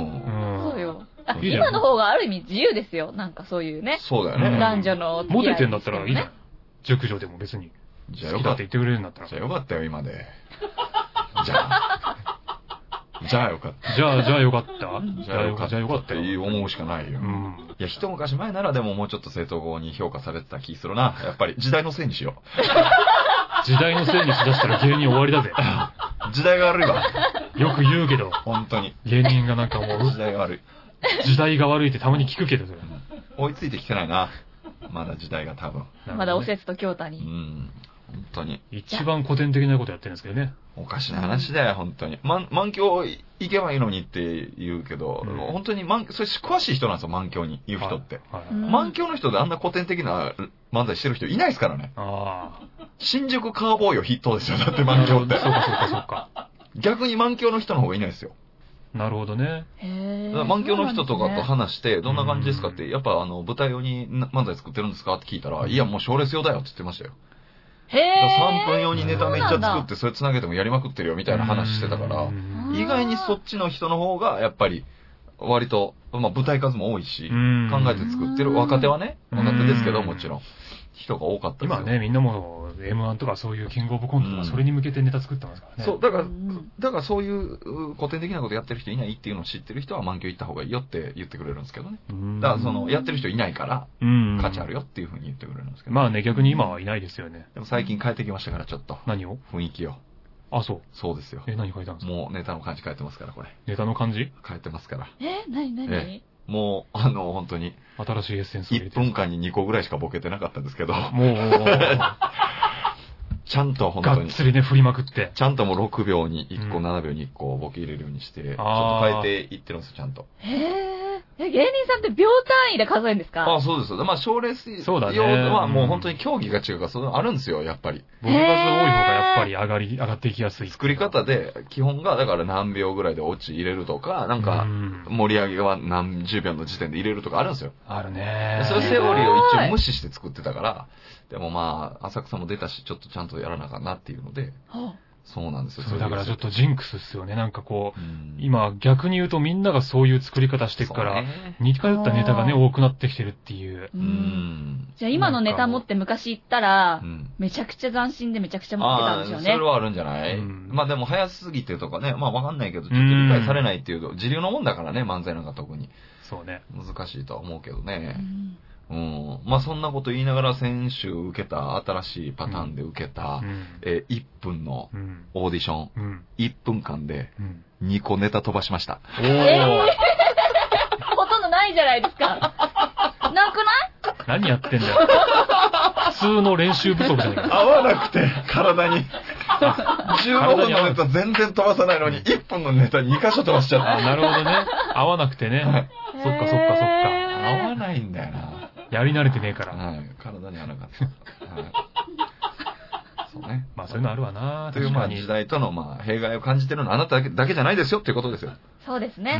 Speaker 3: そうよ。今の方がある意味自由ですよ。なんかそういうね。
Speaker 2: そうだよね。
Speaker 3: 男女の付き合い、ね。
Speaker 1: モテてんだったらいいじゃん。熟女でも別に。
Speaker 2: じゃあよかった。
Speaker 1: 好きだって言ってくれるんだったら。
Speaker 2: じゃあよかったよ、今で。じゃあ。じゃあよかった。
Speaker 1: じゃあ、じゃあよかった。
Speaker 2: じゃあよかった。じゃあよかった
Speaker 1: って
Speaker 2: 思うしかないよ。うん。いや、一昔前ならでももうちょっと正統語に評価されてた気するな。やっぱり時代のせいにしよ
Speaker 1: う。時代のせいにしだしたら芸人終わりだぜ。
Speaker 2: 時代が悪いわ。
Speaker 1: よく言うけど。
Speaker 2: 本当に。
Speaker 1: 芸人がなんかもう。
Speaker 2: 時代が悪い。
Speaker 1: 時代が悪いってたまに聞くけど。
Speaker 2: 追いついてきてないな。まだ時代が多分。
Speaker 3: まだおせつと京太に。
Speaker 2: うん。本当に。
Speaker 1: 一番古典的なことやってるんですけどね。
Speaker 2: おかしな話だよ、本当に。満、満響行けばいいのにって言うけど、うん、本当に満、それ詳しい人なんですよ、満響に言う人って。はいはい、満響の人であんな古典的な漫才してる人いないですからね。
Speaker 1: あ
Speaker 2: 新宿カーボーイを筆頭ですよ、だって満響って。
Speaker 1: そうかそうかそうか。
Speaker 2: 逆に満響の人の方がいないですよ。
Speaker 1: なるほどね。
Speaker 3: へ
Speaker 2: ぇ満響の人とかと話して、どんな感じですかって、やっぱあの、舞台用に漫才作ってるんですかって聞いたら、いやもう賞レース用だよって言ってましたよ。
Speaker 3: へぇ
Speaker 2: さんぷん用にネタめっちゃ作って、それ繋げてもやりまくってるよみたいな話してたから、意外にそっちの人の方が、やっぱり、割と、まあ舞台数も多いし、考えて作ってる若手はね、若手ですけどもちろん、人が多かったですよ。
Speaker 1: 今ね、みんなも エムワン とかそういうキングオブコントとか、それに向けてネタ作ってますからね。
Speaker 2: そう、だから、だからそういう古典的なことやってる人いないっていうのを知ってる人は満響行った方がいいよって言ってくれるんですけどね。だからその、やってる人いないから、価値あるよっていうふうに言ってくれるんですけど。
Speaker 1: まあね、逆に今はいないですよね。
Speaker 2: でも最近変えてきましたから、ちょっと。
Speaker 1: 何を？
Speaker 2: 雰囲気を。
Speaker 1: あ、そう。
Speaker 2: そうですよ。
Speaker 1: え、何変えたんですか？
Speaker 2: もうネタの感じ変えてますから、これ。
Speaker 1: ネタの感じ？
Speaker 2: 変えてますから。
Speaker 3: え、何何え
Speaker 2: もう、あの、本当に。
Speaker 1: 新しいエッセンスを入れて。
Speaker 2: いっぷんかんににこぐらいしかボケてなかったんですけど。
Speaker 1: もう、
Speaker 2: ちゃんと本当に。
Speaker 1: がっつりね、振りまくって。
Speaker 2: ちゃんともうろくびょうにいっこ、うん、ななびょうにいっこボケ入れるようにして、ちょっと変えていってるんですよ、ちゃんと。
Speaker 3: へー。え、芸人さんって秒単位で数えるんですか？
Speaker 2: あ、そうです。まあ、賞レース
Speaker 1: そうだね。
Speaker 2: 用はもう本当に競技が違うから、そういうのあるんですよ、やっぱり。
Speaker 1: ボケ数多い方がやっぱり上がり、上がっていきやすい。
Speaker 2: 作り方で、基本が、だから何秒ぐらいでオチ入れるとか、なんか、盛り上げは何十秒の時点で入れるとかあるんですよ。
Speaker 1: あるね。
Speaker 2: それセオリーを一応無視して作ってたから、でもまあ、浅草も出たし、ちょっとちゃんとやらなあかんなっていうので、はあ、そうなんですよ。
Speaker 1: そうだからちょっとジンクスっすよね。なんかこう、うん、今逆に言うとみんながそういう作り方してるから、ね、似通ったネタがね、多くなってきてるっていう。
Speaker 3: うん、じゃあ今のネタ持って昔行ったら、うん、めちゃくちゃ斬新でめちゃくちゃ持ってたんでしょうね。
Speaker 2: それはあるんじゃない、うん、まあでも早すぎてとかね、まあわかんないけど、ちょっと理解されないっていうと、自流のもんだからね、漫才なんか特に。
Speaker 1: そうね。
Speaker 2: 難しいとは思うけどね。 うん。まあそんなこと言いながら先週受けた、新しいパターンで受けた、うん、えー、いっぷんのオーディション、うん、いっぷんかんでにこネタ飛ばしました。
Speaker 3: おー、えー、ほとんどないじゃないですか。なくない？
Speaker 1: 何やってんだよ。普通の練習不足じゃないか。
Speaker 2: 合わなくて、体に。じゅうごふんのネタ全然飛ばさないのに、いっぷんのネタにかしょ飛ばしちゃった。
Speaker 1: あ、なるほどね。合わなくてね。そっかそっかそっか。
Speaker 2: 合わないんだよな。
Speaker 1: やり慣れてねえから。
Speaker 2: はい。体に合わなかった。はい。そうね。
Speaker 1: まあそういうのあるわな。
Speaker 2: というまあ時代とのまあ弊害を感じてるのはあなただけ、だけじゃないですよっていうことですよ。
Speaker 3: そうですね。
Speaker 1: うん。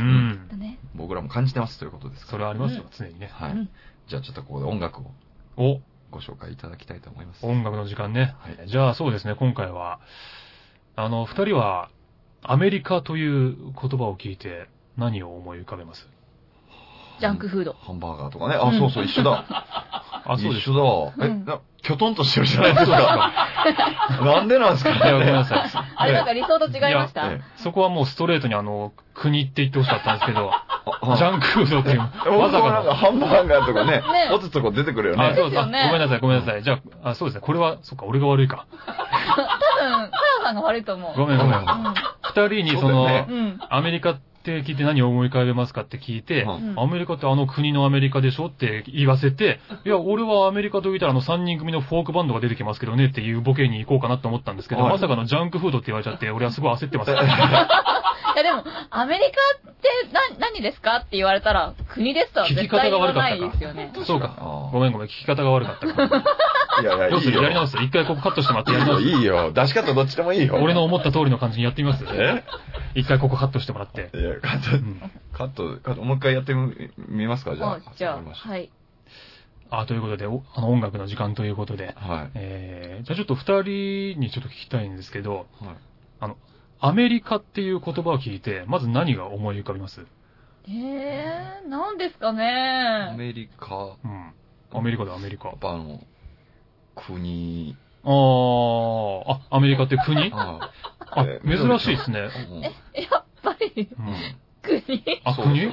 Speaker 2: 僕らも感じてますということですから。
Speaker 1: それはありますよ、常にね。
Speaker 2: はい。じゃあちょっとここで音楽を。
Speaker 1: お。
Speaker 2: ご紹介いただきたいと思います。
Speaker 1: 音楽の時間ね。はい。じゃあそうですね、今回は、あの、二人はアメリカという言葉を聞いて何を思い浮かべます？
Speaker 3: ジャンクフード。
Speaker 2: ハンバーガーとかね。あ、そうそう、一緒だ。
Speaker 1: あ、そうです。
Speaker 2: 一緒だ。え、な、きょとんとしてるじゃないですか。なんでなんですかね。
Speaker 1: いや、ごめんなさい。
Speaker 3: あれなんか理想と違いました？
Speaker 1: そこはもうストレートにあの、国って言ってほしかったんですけど、ジャンクフードっていう。ま
Speaker 2: さかなんかハンバーガーとかね、ポテトとか出てくるよね。
Speaker 1: あ、そうです。ごめんなさい、ごめんなさい。じゃあ、あ、そうですね。これは、そっか、俺が悪いか。
Speaker 3: 多分、タラさんが悪いと思う。
Speaker 1: ごめんごめん。二人にその、アメリカって聞いて何を思い浮かべますかって聞いて、アメリカってあの国のアメリカでしょって言わせて、いや、俺はアメリカと言ったらあの三人組のフォークバンドが出てきますけどねっていうボケに行こうかなと思ったんですけど、まさかのジャンクフードって言われちゃって、俺はすごい焦ってます。
Speaker 3: いやでも、アメリカってな、何ですかって言われたら、国ですとは絶対言わないですよね。
Speaker 1: そうか。ごめんごめん、聞き方が悪かったか。
Speaker 2: いやいや、
Speaker 1: どうする？やり直す？一回ここカットしてもらってやり直す？
Speaker 2: いいよ。出し方どっちでもいいよ。
Speaker 1: 俺の思った通りの感じにやってみます？え？一回ここカットしてもらって。
Speaker 2: いや、カット、うん、カット、カット、もう一回やってみますか、じゃあ。
Speaker 3: じゃあ、はい。
Speaker 1: あ、ということで、あの音楽の時間ということで、はい。えー、じゃあちょっと二人にちょっと聞きたいんですけど、はい。あの、アメリカっていう言葉を聞いて、まず何が思い浮かびます？
Speaker 3: えー、何ですかね。
Speaker 2: アメリカ。
Speaker 1: うん。アメリカだ、アメリカ。
Speaker 2: やっぱあの、国。
Speaker 1: あー、あ、アメリカって国？ああ、珍しいですね。
Speaker 3: え、やっぱり、うん、国？
Speaker 1: あ、国？
Speaker 2: ね。うん、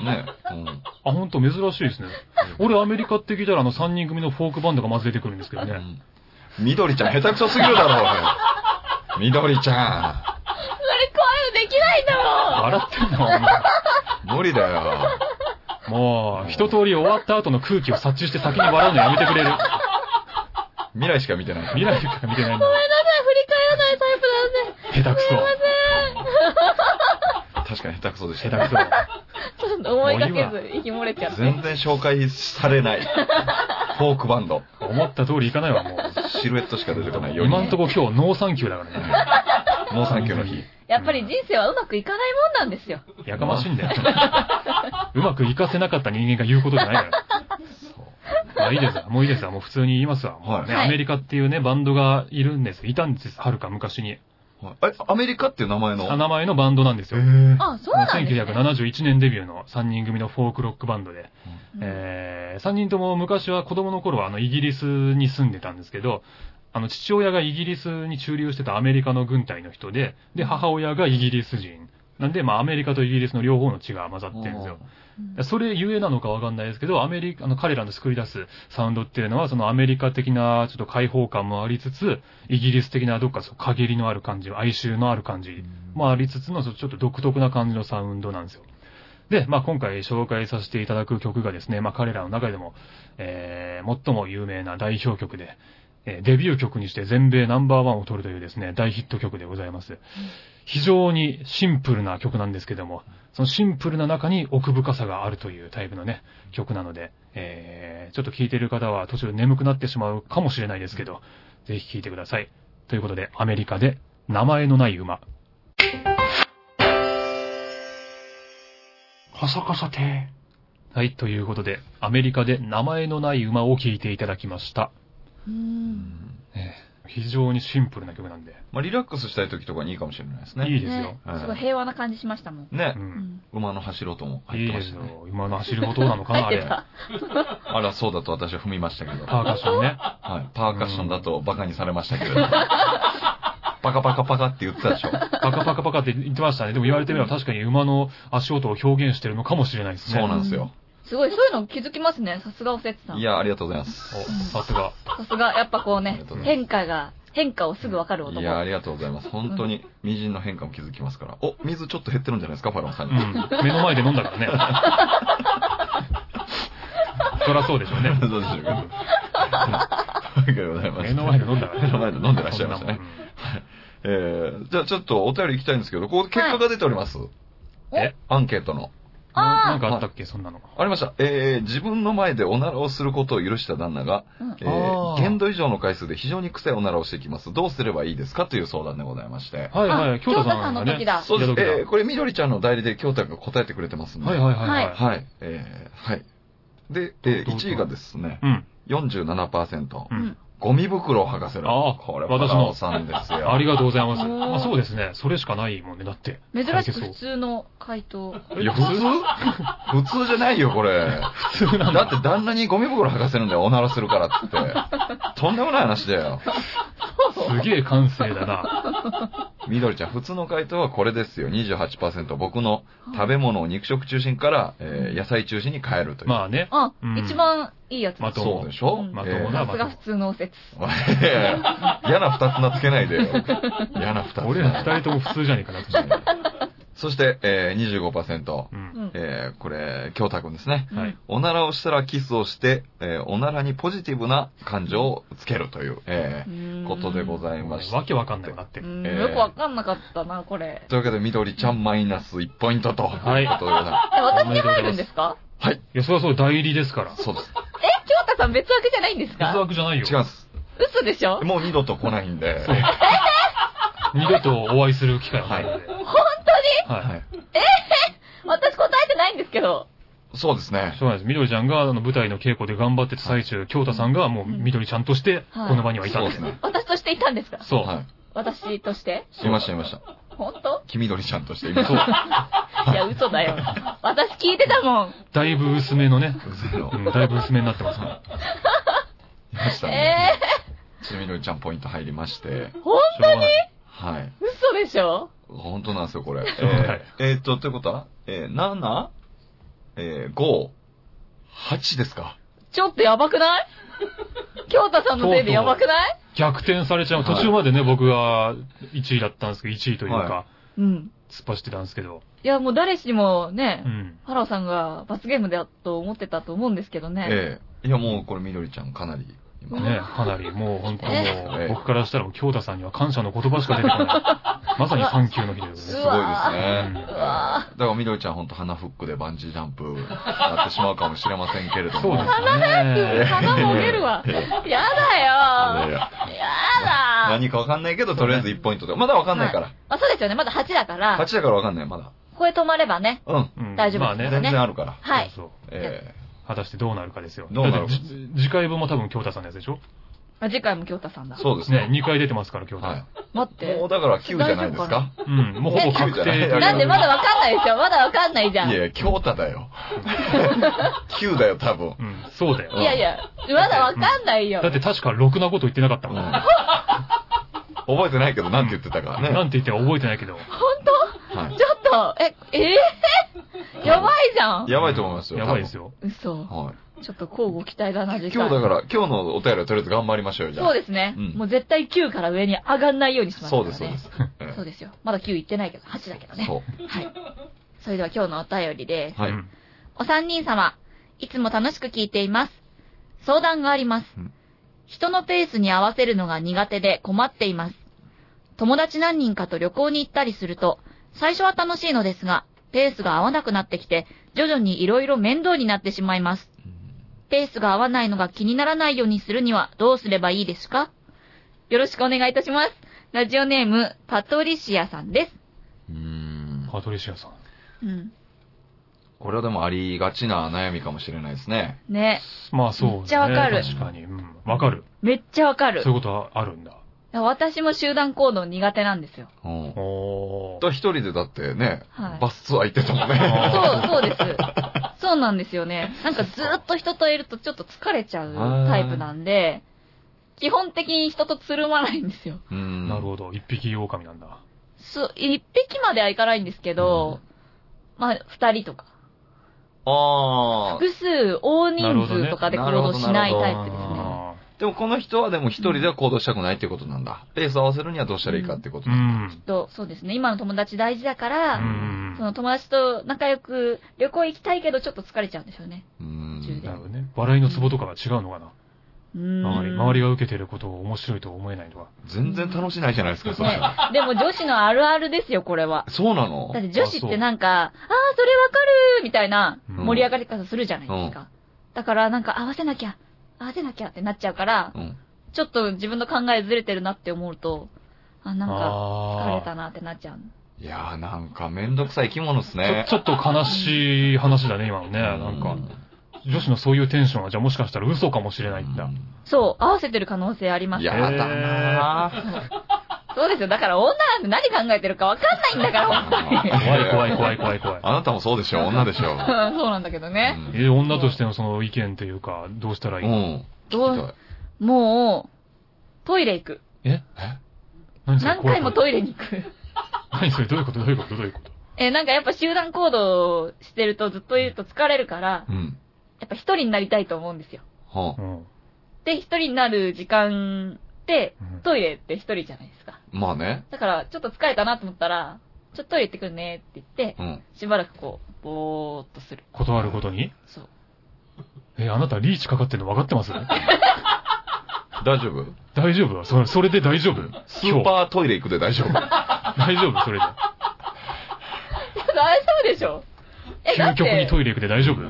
Speaker 1: あ、ほんと珍しいですね。俺アメリカって聞いたらあの三人組のフォークバンドがまず出てくるんですけどね。
Speaker 2: うん、みどりちゃん下手くそすぎるだろう。みどりちゃん。
Speaker 3: それ声できないんだもん。
Speaker 1: 笑ってんの？
Speaker 2: 無理だよ。
Speaker 1: もう、一通り終わった後の空気を察知して先に笑うのやめてくれる。
Speaker 2: 未来しか見てない。
Speaker 1: 未来しか見てないんだ。
Speaker 3: ごめんなさい、振り返らないタイプなんで。
Speaker 1: 下手くそ。
Speaker 3: すいま
Speaker 2: せん。確かに下手くそでした、
Speaker 1: ね。下手くそ。
Speaker 3: ちょっと思いがけず、息漏れちゃって。
Speaker 2: 全然紹介されない。フォークバンド。
Speaker 1: 思った通りいかないわ、もう。
Speaker 2: シルエットしか出てこないよ。
Speaker 1: 今んとこ今日ノーサンキューだからね。
Speaker 2: ノーサンキューの日。
Speaker 3: やっぱり人生はうまくいかないもんなんですよ。
Speaker 1: やかましいんだよ。うまくいかせなかった人間が言うことじゃないから。まあいいですわ。もういいですわ。もう普通に言いますわ。はい、ね、アメリカっていうね、バンドがいるんです。いたんです。はるか昔に。
Speaker 2: はい、え、アメリカっていう名前の
Speaker 1: 名前のバンドなんですよ。
Speaker 3: あ、そうなんですね。
Speaker 1: せんきゅうひゃくななじゅういちねんデビューのさんにん組のフォークロックバンドで、うん、えー、さんにんとも昔は子供の頃はあのイギリスに住んでたんですけど、あの父親がイギリスに駐留してたアメリカの軍隊の人で、で、母親がイギリス人。なんで、まあアメリカとイギリスの両方の血が混ざってるんですよ。それゆえなのかわかんないですけど、アメリカ、あの彼らの作り出すサウンドっていうのは、そのアメリカ的なちょっと開放感もありつつ、イギリス的などっかそう陰りのある感じ、哀愁のある感じもありつつの、ちょっと独特な感じのサウンドなんですよ。で、まあ今回紹介させていただく曲がですね、まあ彼らの中でも、えー、最も有名な代表曲で、えー、デビュー曲にして全米ナンバーワンを取るというですね、大ヒット曲でございます。うん、非常にシンプルな曲なんですけども、そのシンプルな中に奥深さがあるというタイプのね、曲なので、えー、ちょっと聴いている方は途中眠くなってしまうかもしれないですけど、ぜひ聴いてください。ということで、アメリカで名前のない馬。カサカサて。はい、ということで、アメリカで名前のない馬を聴いていただきました。うーん、えー、非常にシンプルな曲なんで。
Speaker 2: まあ、リラックスしたい時とかにいいかもしれないですね。
Speaker 1: いいですよ。
Speaker 3: ね、すごい平和な感じしましたもん。
Speaker 2: ね。うん、馬の走る音も入ってましたね。
Speaker 1: いいですよ。馬の走る音なのかな、あれ。あ
Speaker 2: ら、そうだと私は踏みましたけど。
Speaker 1: パーカッションね。
Speaker 2: はい。パーカッションだとバカにされましたけど。パカパカパカって言ってたでしょ。
Speaker 1: パカパカパカって言ってましたね。でも言われてみれば確かに馬の足音を表現してるのかもしれないですね。
Speaker 2: そうなんですよ。
Speaker 3: すごい、そういうの気づきますね。さすがおせつさん。
Speaker 2: いや、ありがとうございます。
Speaker 1: さすが。
Speaker 3: さすが、やっぱこうね、変化が、変化をすぐわかる男。
Speaker 2: いや、ありがとうございます。本当に、微塵の変化も気づきますから。お、水ちょっと減ってるんじゃないですか、ファロンさんに。うん。
Speaker 1: 目の前で飲んだからね。そりゃそうでしょうね。
Speaker 2: そうでしょうね。ありがとうございます。
Speaker 1: 目の前で飲んだからね。
Speaker 2: 目の前で飲んでらっしゃいましたね。えー、じゃあちょっとお便り行きたいんですけど、こう結果が出ております。
Speaker 1: え
Speaker 2: アンケートの。
Speaker 1: なんかあったっけ、そんなの。
Speaker 2: ありました。えー、自分の前でおならをすることを許した旦那が、うん、えー、限度以上の回数で非常に臭いおならをしてきます。どうすればいいですかという相談でございまして。
Speaker 1: はいはい。京太さんの時だ。
Speaker 2: そうです。えー、これみどりちゃんの代理で京太が答えてくれてますんで。
Speaker 1: はいはいはい。はい。
Speaker 2: はい。えー、はい。で、えー、いちいがですね、うん、よんじゅうななパーセント。うん、ゴミ袋を剥がせる。
Speaker 1: ああ、
Speaker 2: これ、私のさんですよ。
Speaker 1: ありがとうございます。まあそうですね。それしかないもんね。だって。
Speaker 3: 珍しく普通の回答。
Speaker 2: いや、普通普通じゃないよ、これ。
Speaker 1: 普通なん
Speaker 2: だ。だって旦那にゴミ袋剥がせるんだよ、おならするからって。とんでもない話だよ。
Speaker 1: すげえ感性だな。
Speaker 2: みどりちゃん、普通の回答はこれですよ。にじゅうはちパーセント。僕の食べ物を肉食中心から、えー、野菜中心に変えるという。
Speaker 1: まあね。
Speaker 3: あ、うん、一番いいやつ
Speaker 2: まとも。そうでしょ、うん、
Speaker 1: まともな。
Speaker 3: さすが普通のおせつ。
Speaker 2: 嫌な二つ名つけないでよ。嫌な二つ名。
Speaker 1: 俺ら二人とも普通じゃねえかなと。
Speaker 2: そして、えー、にじゅうごパーセント。うん、えー、これ、京太くんですね。はい。おならをしたらキスをして、えー、おならにポジティブな感情をつけるという、えー、ことでございました。
Speaker 1: わけわかんないなって。
Speaker 3: えー、よくわかんなかったな、これ。
Speaker 2: というわけで、みどりちゃんマイナスいちポイントと。
Speaker 1: はい。
Speaker 2: ということでございます。
Speaker 3: え、私に入るんですか？
Speaker 2: はい。い
Speaker 1: や、そりゃそう代理ですから。
Speaker 2: そうです。
Speaker 3: え、京太さん別枠じゃないんですか？
Speaker 1: 別枠じゃないよ。
Speaker 2: 違います。
Speaker 3: 嘘でしょ？
Speaker 2: もう二度と来ないんで。
Speaker 1: 二度とお会いする機会はないので。
Speaker 3: 本当に？
Speaker 1: はい。
Speaker 3: えー、私答えてないんですけど。
Speaker 2: そうですね。
Speaker 1: そうなんです。みどりちゃんがあの舞台の稽古で頑張ってた最中、京太さんがもうみどりちゃんとしてこの場にはいたんですね。
Speaker 3: 私としていたんですか？
Speaker 1: そう。
Speaker 2: はい。
Speaker 3: 私として？
Speaker 2: いましたいました。
Speaker 3: 本当？
Speaker 2: 黄緑ちゃんとしていました。
Speaker 3: そう。いや、嘘だよ。私聞いてたもん。
Speaker 1: だいぶ薄めのね。
Speaker 2: 薄めの。
Speaker 1: うん、だいぶ薄めになってますね。
Speaker 2: いましたね。
Speaker 3: えー。
Speaker 2: ちなみにみどりちゃんポイント入りまして。
Speaker 3: 本当に？
Speaker 2: はい。
Speaker 3: 嘘でしょ？
Speaker 2: 本当なんですよ、これ。えー、えー、っと、ということは、えー、なな、えー、ご、はちですか。
Speaker 3: ちょっとやばくない？京太さんのせいでやばくない？
Speaker 1: 逆転されちゃう。途中までね、はい、僕がいちいだったんですけど、いちいというか、はい、うん。突っ走ってたんですけど。
Speaker 3: いや、もう誰しもね、うん、ハローさんが罰ゲームだと思ってたと思うんですけどね。
Speaker 2: ええー。いや、もうこれみどりちゃんかなり。
Speaker 1: ね、かなり、もう本当もう、えー、僕からしたら、京太さんには感謝の言葉しか出てこない。まさにサンキューの日ですね。
Speaker 2: すごいですね。うん、だからみどりちゃん本当鼻フックでバンジージャンプなってしまうかもしれませんけれども。
Speaker 1: そうですね。
Speaker 3: 鼻フック鼻もげるわ。やだよー。やだー。
Speaker 2: 何かわかんないけど、とりあえずいちポイントで。まだわかんないから。はい、
Speaker 3: あ、そうですよね。まだはちだから。
Speaker 2: はちだからわかんない、まだ。
Speaker 3: これ止まればね。
Speaker 2: うん。
Speaker 3: 大丈夫ですね。
Speaker 2: 全然あるから。
Speaker 3: はい。
Speaker 1: そうそう。えー、果たしてどうなるかですよ。
Speaker 2: どうなるか。
Speaker 1: 次回分も多分京太さんのやつでしょ？
Speaker 3: あ、次回も京太さんだ。
Speaker 2: そうですね。
Speaker 1: にかい出てますから、京太。
Speaker 2: はい。
Speaker 3: 待って。
Speaker 2: もうだからきゅうじゃないですか？
Speaker 1: うん、もうほぼ確定。
Speaker 3: なんでまだわかんないですよ。まだわかんないじゃん。
Speaker 2: いや、京太だよ。きゅうだよ、多分。
Speaker 1: うん、そうだよ。
Speaker 3: いやいや、まだわかんないよ。
Speaker 1: だって確かろくなこと言ってなかったもん。
Speaker 2: 覚えてないけど、なんて言ってたかね。
Speaker 1: なんて言ってか覚えてないけど。
Speaker 3: 本当？はい。ちょっと、え、えぇやばいじゃん。
Speaker 2: やばいと思いますよ。
Speaker 1: やばいですよ。
Speaker 3: 嘘。
Speaker 2: はい。
Speaker 3: ちょっと交互期待だな、
Speaker 2: 今日だから、今日のお便りはとりあえず頑張りましょうよ、じゃあ。
Speaker 3: そうですね。うん、もう絶対きゅうから上に上がんないようにしますからね。
Speaker 2: そうです、そう
Speaker 3: です。そうですよ。まだきゅういってないけど、はちだけどね。
Speaker 2: そう。
Speaker 3: はい。それでは今日のお便りです。
Speaker 2: はい。
Speaker 3: お三人様、いつも楽しく聞いています。相談があります。うん、人のペースに合わせるのが苦手で困っています。友達何人かと旅行に行ったりすると、最初は楽しいのですが、ペースが合わなくなってきて、徐々に色々面倒になってしまいます。ペースが合わないのが気にならないようにするにはどうすればいいですか？よろしくお願いいたします。ラジオネーム、パトリシアさんです。
Speaker 1: うーん。パトリシアさん。
Speaker 3: うん。
Speaker 2: これはでもありがちな悩みかもしれないですね。
Speaker 3: ね。
Speaker 1: まあそうですね。
Speaker 3: めっちゃわかる。
Speaker 1: 確かに。うん。わかる。
Speaker 3: めっちゃわかる。
Speaker 1: そういうことはあるんだ。
Speaker 3: 私も集団行動苦手なんですよ。
Speaker 2: おー。一人でだってね、はい、バスツアー行ってたもんね。
Speaker 3: そう、そうです。そうなんですよね。なんかずーっと人といるとちょっと疲れちゃうタイプなんで、基本的に人とつるまないんですよ。
Speaker 1: うん。なるほど。一匹狼なんだ。
Speaker 3: そう、一匹まではいかないんですけど、うん、まあ、二人とか。
Speaker 2: ああ。
Speaker 3: 複数、大人数とかで行動しないタイプですね。
Speaker 2: でもこの人はでも一人では行動したくないってことなんだ。ペースを合わせるにはどうしたらいいかってことなんだ。
Speaker 3: きっと、そうですね。今の友達大事だから、その友達と仲良く旅行行きたいけどちょっと疲れちゃうんでしょうね。
Speaker 2: うん。
Speaker 1: なるほどね。笑いのツボとかが違うのかな。周り、周りが受けてることを面白いと思えないのは。
Speaker 2: 全然楽しないじゃないですか、それ。
Speaker 3: ね、でも女子のあるあるですよ、これは。
Speaker 2: そうなの？
Speaker 3: だって女子ってなんか、ああー、それわかるみたいな盛り上がり方するじゃないですか。うん、だからなんか合わせなきゃ、合わせなきゃってなっちゃうから、うん、ちょっと自分の考えずれてるなって思うと、あ、なんか疲れたなってなっちゃう。
Speaker 2: いやーなんかめんどくさい生き物っすね。
Speaker 1: ちょ、ちょっと悲しい話だね、今のね。なんか。女子のそういうテンションは、じゃあもしかしたら嘘かもしれないんだ。
Speaker 3: そう、合わせてる可能性あります
Speaker 2: ね。やだなぁ。
Speaker 3: そうですよ。だから女なんて何考えてるか分かんないんだから、本当に。
Speaker 1: 怖い怖い怖い怖い怖い。
Speaker 2: あなたもそうでしょ、女でしょ。そう
Speaker 3: なんだけどね。
Speaker 1: うん、えー、女としてのその意見というか、どうしたらいいの？うん。
Speaker 3: どう、もう、トイレ行く。
Speaker 1: ええ
Speaker 3: 何それ？何回もトイレに行く。
Speaker 1: 何それ？どういうことどういうことどういうこと？
Speaker 3: えー、なんかやっぱ集団行動してるとずっといると疲れるから、うん。やっぱ一人になりたいと思うんですよ。はあ、で、一人になる時間って、トイレって一人じゃないですか。
Speaker 2: まあね。
Speaker 3: だから、ちょっと疲れたなと思ったら、ちょっとトイレ行ってくるねって言って、うん、しばらくこう、ぼーっとする。
Speaker 1: 断ることに？
Speaker 3: そう。
Speaker 1: え、あなたリーチかかってんの分かってます？
Speaker 2: 大丈夫？
Speaker 1: 大丈夫？それ、それで大丈夫？
Speaker 2: スーパートイレ行くで大丈夫？
Speaker 1: 大丈夫それで。
Speaker 3: 大丈夫でしょ？
Speaker 1: 究極にトイレ行くで大丈夫？うん。え、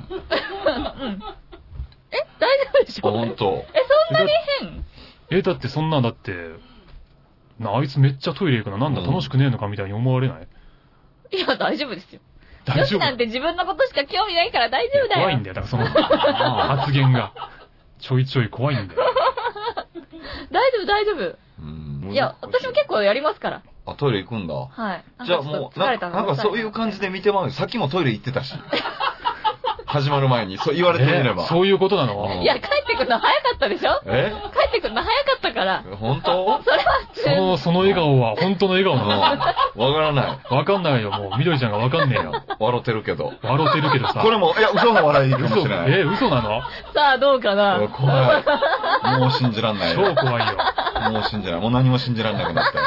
Speaker 3: 大丈夫でしょ？
Speaker 2: ほんと。
Speaker 3: え、そんなに変？
Speaker 1: え、だってそんなんだって、なあいつめっちゃトイレ行くのなんだ、楽しくねえのかみたいに思われない？
Speaker 3: いや、大丈夫ですよ。
Speaker 1: 大丈夫。
Speaker 3: 女子なんて自分のことしか興味ないから大丈夫だよ。
Speaker 1: 怖いんだよ、だからその発言が。ちょいちょい怖いんだよ。
Speaker 3: 大丈夫、大丈夫。うん、いや、私も結構やりますから。
Speaker 2: あ、トイレ行くんだ。
Speaker 3: はい。
Speaker 2: じゃあもう、な、なんかそういう感じで見てまう。さっきもトイレ行ってたし。始まる前に、そう言われてみれば。
Speaker 1: えー、そういうことなの？
Speaker 3: いや、帰ってくるの早かったでしょ？え帰ってくるの早かったから。
Speaker 2: 本当？
Speaker 3: それは普通。
Speaker 1: その、その笑顔は本当の笑顔なの？
Speaker 2: わからない。
Speaker 1: わかんないよ、もう。みどりちゃんがわかんねえよ。
Speaker 2: 笑ってるけど。
Speaker 1: 笑ってるけどさ。
Speaker 2: これも、いや、嘘の笑いかもしれない。
Speaker 1: え、嘘なの？
Speaker 3: さあ、どうかな？
Speaker 2: 怖い。もう信じらんないよ。
Speaker 1: 超怖いよ。
Speaker 2: もう信じらんない。もう何も信じらんなくなった。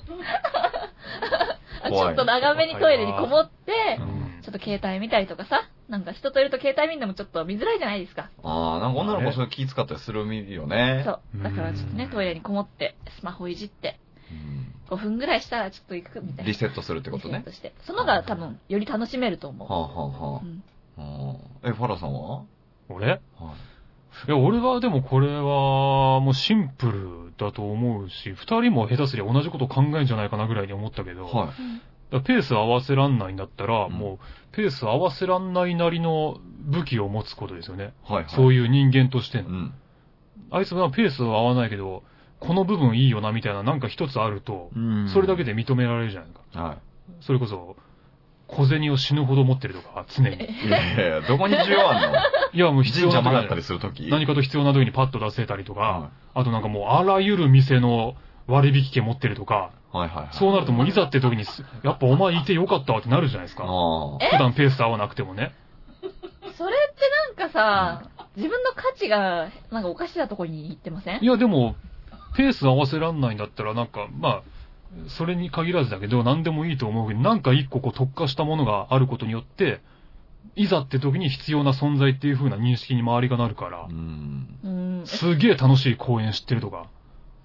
Speaker 3: ちょっと長めにトイレにこもって、ちょっと携帯見たりとかさ、なんか人といると携帯見るのもちょっと見づらいじゃないですか。
Speaker 2: ああ、なんか女の子そういう気使ったりするよね。
Speaker 3: そう。だからちょっとね、トイレにこもって、スマホいじって、ごふんぐらいしたらちょっと行くみたいな。
Speaker 2: リセットするってことね。リセット
Speaker 3: して。そのが多分、より楽しめると思う。
Speaker 2: はあはあはあ。うん、え、ファラさんは？
Speaker 1: 俺？はい。いや、俺はでもこれはもうシンプルだと思うし、二人も下手すりゃ同じこと考えるんじゃないかなぐらいに思ったけど、はい、だペース合わせらんないんだったら、うん、もうペース合わせらんないなりの武器を持つことですよね。はいはい、そういう人間としての。うん、あいつはペースは合わないけど、この部分いいよなみたいななんか一つあると、うん、それだけで認められるじゃないですか。はい、それこそ、小銭を死ぬほど持ってるとか、常に。
Speaker 2: いやいや、どこに需要あんの？
Speaker 1: いや、もう必要な
Speaker 2: 時に。ったりするとき。
Speaker 1: 何かと必要な時にパッと出せたりとか、はい、あとなんかもうあらゆる店の割引券持ってるとか、はいはいはい、そうなるともういざって時に、やっぱお前いてよかったわってなるじゃないですか。普段ペース合わなくてもね。
Speaker 3: それってなんかさ、うん、自分の価値がなんかおかしなとこに行ってません？
Speaker 1: いやでも、ペース合わせらんないんだったらなんか、まあ、それに限らずだけど、何でもいいと思うけど、なんか一個こう特化したものがあることによって、いざって時に必要な存在っていう風な認識に周りがなるから、うんすげえ楽しい公園知ってるとか。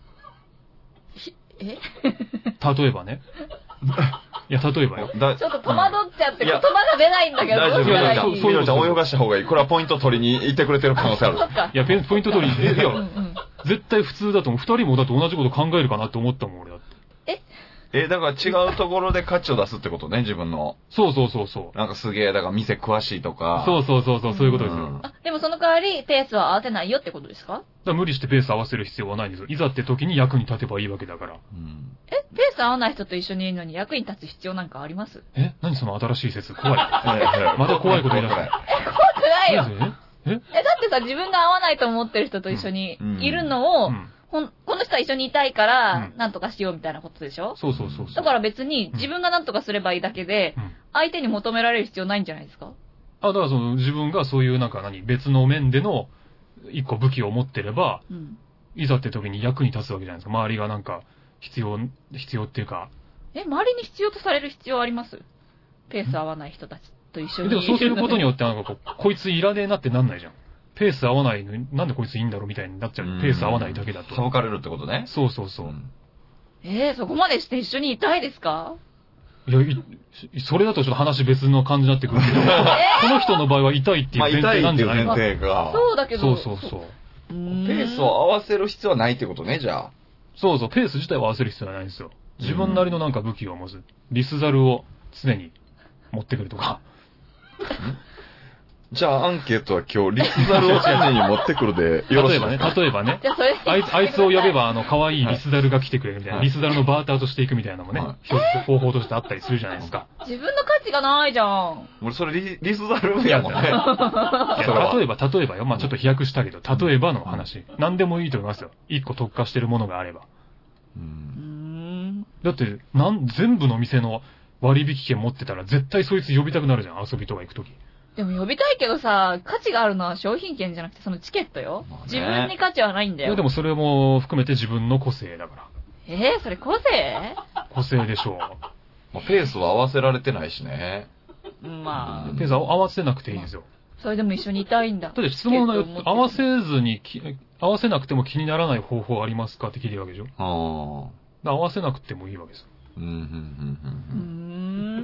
Speaker 3: え
Speaker 1: 例えばね。いや、例えばよ。
Speaker 3: ちょっと戸惑っちゃって言葉が出ないんだけど、
Speaker 2: 大丈夫、大丈夫。そういうのじゃ泳がした方がいい。これはポイント取りに行ってくれてる可能性ある。
Speaker 1: いや、ポイント取りに、いや、うんうん、絶対普通だと思う。二人もだって同じこと考えるかなって思ったもん、俺だって。
Speaker 3: え
Speaker 2: え、だから違うところで価値を出すってことね、自分の。
Speaker 1: そうそうそうそう。
Speaker 2: なんかすげえ、だから店詳しいとか。
Speaker 1: そうそうそうそう、そういうことですよ。うん、
Speaker 3: あ、でもその代わりペースは合わせないよってことですか？だ
Speaker 1: から無理してペース合わせる必要はないんですよ。いざって時に役に立てばいいわけだから。うん、
Speaker 3: え、ペース合わない人と一緒にいるのに役に立つ必要なんかあります？
Speaker 1: え、何その新しい説？怖い。また怖いこと言い出した。
Speaker 3: え、怖くないよ。ええ、だってさ、自分が合わないと思ってる人と一緒にいるのを、うんうんほん、この人は一緒にいたいから、なんとかしようみたいなことでしょ、うん、
Speaker 1: そうそうそうそう。
Speaker 3: だから別に自分がなんとかすればいいだけで、うん、相手に求められる必要ないんじゃないですか？
Speaker 1: あ、だからその自分がそういうなんか何、別の面での一個武器を持ってれば、うん、いざって時に役に立つわけじゃないですか。周りがなんか必要、必要っていうか。
Speaker 3: え、周りに必要とされる必要あります？ペース合わない人たちと一緒に。
Speaker 1: でもそうすることによってなんかこう、こいついらねえなってなんないじゃん。ペース合わないのに、なんでこいついいんだろうみたいになっちゃう。うペース合わないだけだと。
Speaker 2: 省かれるってことね。
Speaker 1: そうそうそう。うん、
Speaker 3: えー、そこまでして一緒にいたいですか？
Speaker 1: いや、い、それだとちょっと話別の感じになってくるけど、えー、この人の場合は痛いっていう前提なんじゃないの？
Speaker 2: まあ、痛いっていう前提が。
Speaker 3: そうだけど。
Speaker 1: そうそうそう。
Speaker 2: ペースを合わせる必要はないってことね、じゃあ。
Speaker 1: そうそう、ペース自体を合わせる必要はないんですよ。自分なりのなんか武器を持つ。リスザルを常に持ってくるとか。
Speaker 2: じゃあアンケートは今日、リスザルを常に持ってくるでよろしいですか？
Speaker 1: 例えばね、例えばね。
Speaker 3: じゃあそれ
Speaker 1: あいつ、あいつを呼べば、あの、可愛いリスザルが来てくれるみたいな、はい、リスザルのバーターとしていくみたいなのもね、はい、一つ方法としてあったりするじゃないですか。
Speaker 3: 自分の価値がないじゃん。
Speaker 2: 俺それリ、リスザルやもんね。い
Speaker 1: や、例えば、例えばよ。まあちょっと飛躍したけど、例えばの話。何でもいいと思いますよ。一個特化してるものがあれば。
Speaker 3: うーん。
Speaker 1: だって、なん、全部の店の割引券持ってたら絶対そいつ呼びたくなるじゃん、遊びとか行くとき。
Speaker 3: でも呼びたいけどさ、価値があるのは商品券じゃなくてそのチケットよ。まあね、自分に価値はないんだよ。い
Speaker 1: やでもそれも含めて自分の個性だから。
Speaker 3: えー、それ個性？
Speaker 1: 個性でしょう。
Speaker 2: まあ、ペースは合わせられてないしね。
Speaker 3: まあ。
Speaker 1: ペースは合わせなくていいんですよ。
Speaker 3: それでも一緒にいたいんだ。
Speaker 1: だって質問の合わせずにき、合わせなくても気にならない方法ありますかって聞いてるわけでしょ。ああ。合わせなくてもいいわけですよ。うん、うん、うん、うん。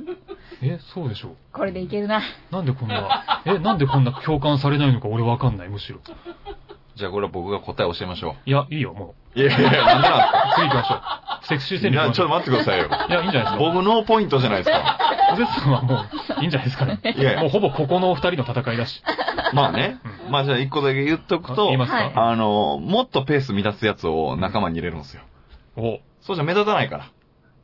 Speaker 1: え、そうでしょう。
Speaker 3: これでいけるな。
Speaker 1: なんでこんな、え、なんでこんな共感されないのか俺わかんない、むしろ。
Speaker 2: じゃあこれは僕が答え教えましょう。
Speaker 1: いや、いいよ、も
Speaker 2: う。いやいやいや、なんでなんですか？
Speaker 1: 次行きましょう。セクシー戦略。
Speaker 2: いや、ちょっと待ってくださいよ。
Speaker 1: いや、いいんじゃないですか。
Speaker 2: 僕ノーポイントじゃないですか。
Speaker 1: おぜつさんはもう、いいんじゃないですかね。いやいや。もうほぼここのお二人の戦いだし。
Speaker 2: まあね。うん、まあじゃあ一個だけ言っとくと、
Speaker 1: 言いますか？
Speaker 2: あの、もっとペース乱すやつを仲間に入れるんですよ。お。そうじゃ目立たないから。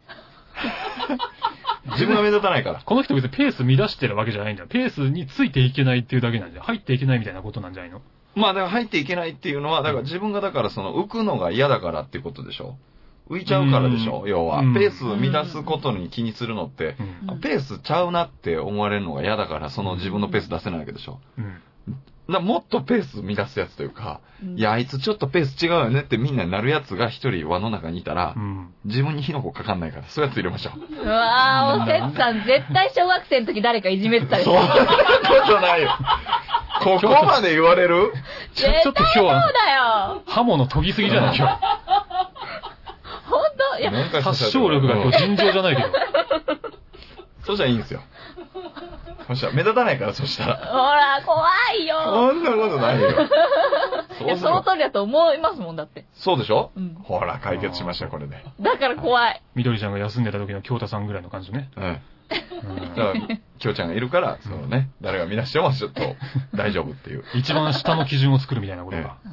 Speaker 2: 自分が目立たないから。
Speaker 1: この人別にペース乱してるわけじゃないんだよ。ペースについていけないっていうだけなんじゃん。入っていけないみたいなことなんじゃないの？
Speaker 2: まあだから入っていけないっていうのは、だから自分がだからその浮くのが嫌だからっていうことでしょ。浮いちゃうからでしょ、要は。ペースを乱すことに気にするのって、ペースちゃうなって思われるのが嫌だから、その自分のペース出せないわけでしょ。うんだもっとペース乱すやつというか、うん、いや、あいつちょっとペース違うよねってみんなになるやつが一人輪の中にいたら、うん、自分に火の粉かかんないから、そういうやつ入れましょう。
Speaker 3: うわー、おせっさん、絶対小学生の時誰かいじめてたでしょ。
Speaker 2: そんなことないよ。ここまで言われる？
Speaker 1: ちょ、ちょっと今日は、
Speaker 3: そうだよ。
Speaker 1: 刃物研ぎすぎじゃない今日。
Speaker 3: ほんと？いや、
Speaker 1: 発症力が今日尋常じゃないけど。
Speaker 2: そうじゃいいんですよ。そしたら目立たないから、そしたら。
Speaker 3: ほら、怖いよ。
Speaker 2: そんなことないよ。
Speaker 3: いや、その通りだと思いますもん、だって。
Speaker 2: そうでしょ？うん。ほら、解決しました、これで。
Speaker 3: だから怖い。
Speaker 1: みどりちゃんが休んでた時の京太さんぐらいの感じね。
Speaker 2: うん。だから、京ちゃんがいるから、そのね、誰が見出してもちょっと大丈夫っていう。
Speaker 1: 一番下の基準を作るみたいなことか。
Speaker 3: うん。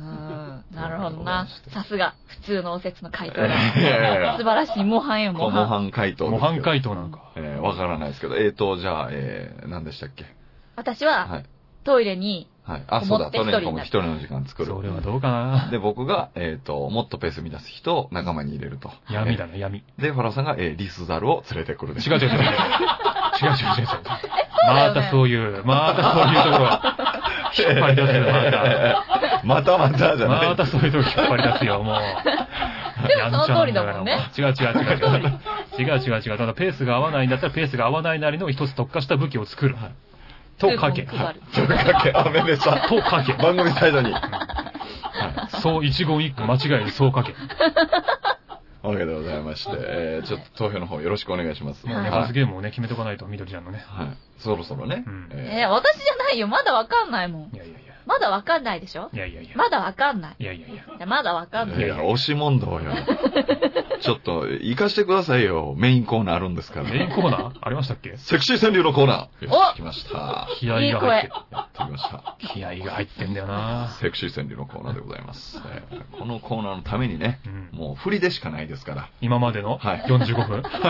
Speaker 3: なるほどな。さすが、普通のお説の回答だ。素晴らしい、模範よ、模範。
Speaker 2: 模範回答。
Speaker 1: 模範回答なんか。
Speaker 2: えー、わからないですけど、えーと、じゃあ、えー、何でしたっけ？
Speaker 3: 私は、はい、トイレに、
Speaker 2: はい。あ、そうだ、トイレに一人の時間作る。
Speaker 1: それはどうかな。
Speaker 2: で、僕が、えっ、ー、と、もっとペース乱す人を仲間に入れると。
Speaker 1: 闇だな、闇。
Speaker 2: で、ファラさんが、えー、リスザルを連れてくるで。
Speaker 1: 違う違う違う違う。違う違う違う違う。またそういう、またそういうところは、引っ張り出すよ、
Speaker 2: また。またまたじゃない。
Speaker 1: またそういうとこ引っ張り出すよ、もう。
Speaker 3: でもその通りだもんね。
Speaker 1: 違う違う違う違う。違う違う違う。ただペースが合わないんだったらペースが合わないなりの一つ特化した武器を作る。とかけ。
Speaker 2: はい。とかけ。あめめさん。
Speaker 1: とかけ。
Speaker 2: 番組サイドに。
Speaker 1: はい。そう一言一句間違えるそうかけ。
Speaker 2: わけでございまして、えー、ちょっと投票の方よろしくお願いします。
Speaker 1: もうね、罰ゲームをね、決めとかないと、みどりちゃんのね。
Speaker 2: はい。そろそろね。
Speaker 3: うん、えー、私じゃないよ。まだわかんないもん。いやいやいや。まだわかんないでしょ？
Speaker 1: いやいやいや。
Speaker 3: まだわかんない。
Speaker 1: いやいやいや。
Speaker 3: まだわかんない。
Speaker 2: いや、押し問答よ。ちょっと、行かしてくださいよ。メインコーナーあるんですから。
Speaker 1: メインコーナーありましたっけ？
Speaker 2: セクシー川柳のコーナー。
Speaker 3: お！
Speaker 2: 来ました。
Speaker 1: 気合が入って。
Speaker 2: やってみました。
Speaker 1: 気合が入ってんだよな。
Speaker 2: セクシー川柳のコーナーでございます。えー、このコーナーのためにね、うん、もう振りでしかないですから。
Speaker 1: 今までのよんじゅうごふん？はい。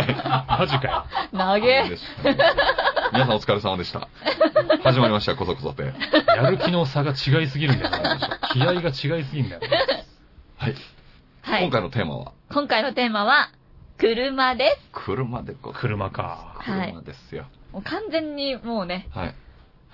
Speaker 1: マジかよ。
Speaker 3: 投げ。
Speaker 2: 皆さんお疲れ様でした。始まりました、こそこそって。
Speaker 1: やる気の差が違いすぎるんだよな。気合が違いすぎるんだよ。
Speaker 2: はい。はい。今回のテーマは
Speaker 3: 今回のテーマは、車です。
Speaker 2: 車でございます。
Speaker 1: 車か。
Speaker 2: 車ですよ。
Speaker 3: もう完全にもうね。はい。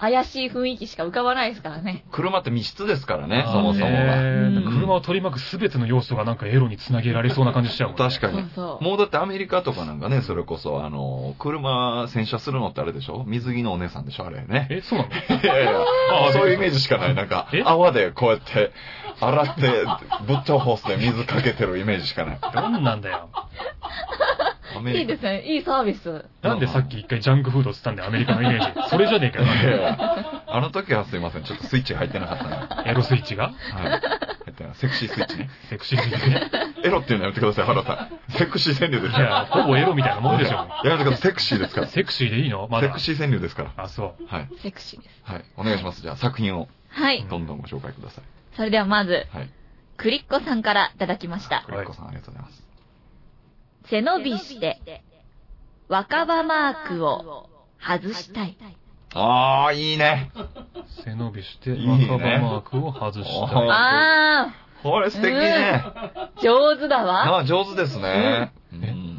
Speaker 3: 怪しい雰囲気しか浮かばないですからね。
Speaker 2: 車って密室ですからね、そもそもが。
Speaker 1: 車を取り巻くすべての要素がなんかエロにつなげられそうな感じしちゃうもんね。
Speaker 2: 確かに。そうそうもうだってアメリカとかなんかね、それこそ、あの、車洗車するのってあれでしょ？水着のお姉さんでしょあれね。
Speaker 1: え、そうなの？
Speaker 2: いやいや、そういうイメージしかない。なんか、泡でこうやって、洗って、ブットホースで水かけてるイメージしかない。
Speaker 1: どんなんだよ。
Speaker 3: いいですね。いいサービス。
Speaker 1: なんでさっき一回ジャンクフードって言ったんだよ、アメリカのイメージ。それじゃねえかよ。
Speaker 2: あの時はすいません。ちょっとスイッチ入ってなかったね。
Speaker 1: エロスイッチが？はい。
Speaker 2: 入ってない。セクシースイッチね。
Speaker 1: セクシースイッチね。
Speaker 2: エロっていうのやめてください、原さん。セクシー川柳です。
Speaker 1: いや、ほぼエロみたいなもんでしょ。
Speaker 2: やめてください。セクシーですから。
Speaker 1: セクシーでいいの？まだ。
Speaker 2: セクシー川柳ですから。
Speaker 1: あ、そう。
Speaker 2: はい。
Speaker 3: セクシーです。
Speaker 2: はい。お願いします。じゃあ作品を。
Speaker 3: はい。
Speaker 2: どんどんご紹介ください。
Speaker 3: それではまず、
Speaker 2: はい。
Speaker 3: クリッコさんからいただきました。
Speaker 2: クリッコさんありがとうございます。
Speaker 3: 背伸びして、若葉マークを外したい。
Speaker 2: ああ、いいね。
Speaker 1: 背伸びして、若葉マークを外したい。
Speaker 3: ああ。
Speaker 2: これ素敵ね。
Speaker 3: 上手だわ。
Speaker 2: ああ、上手ですね。
Speaker 1: うん。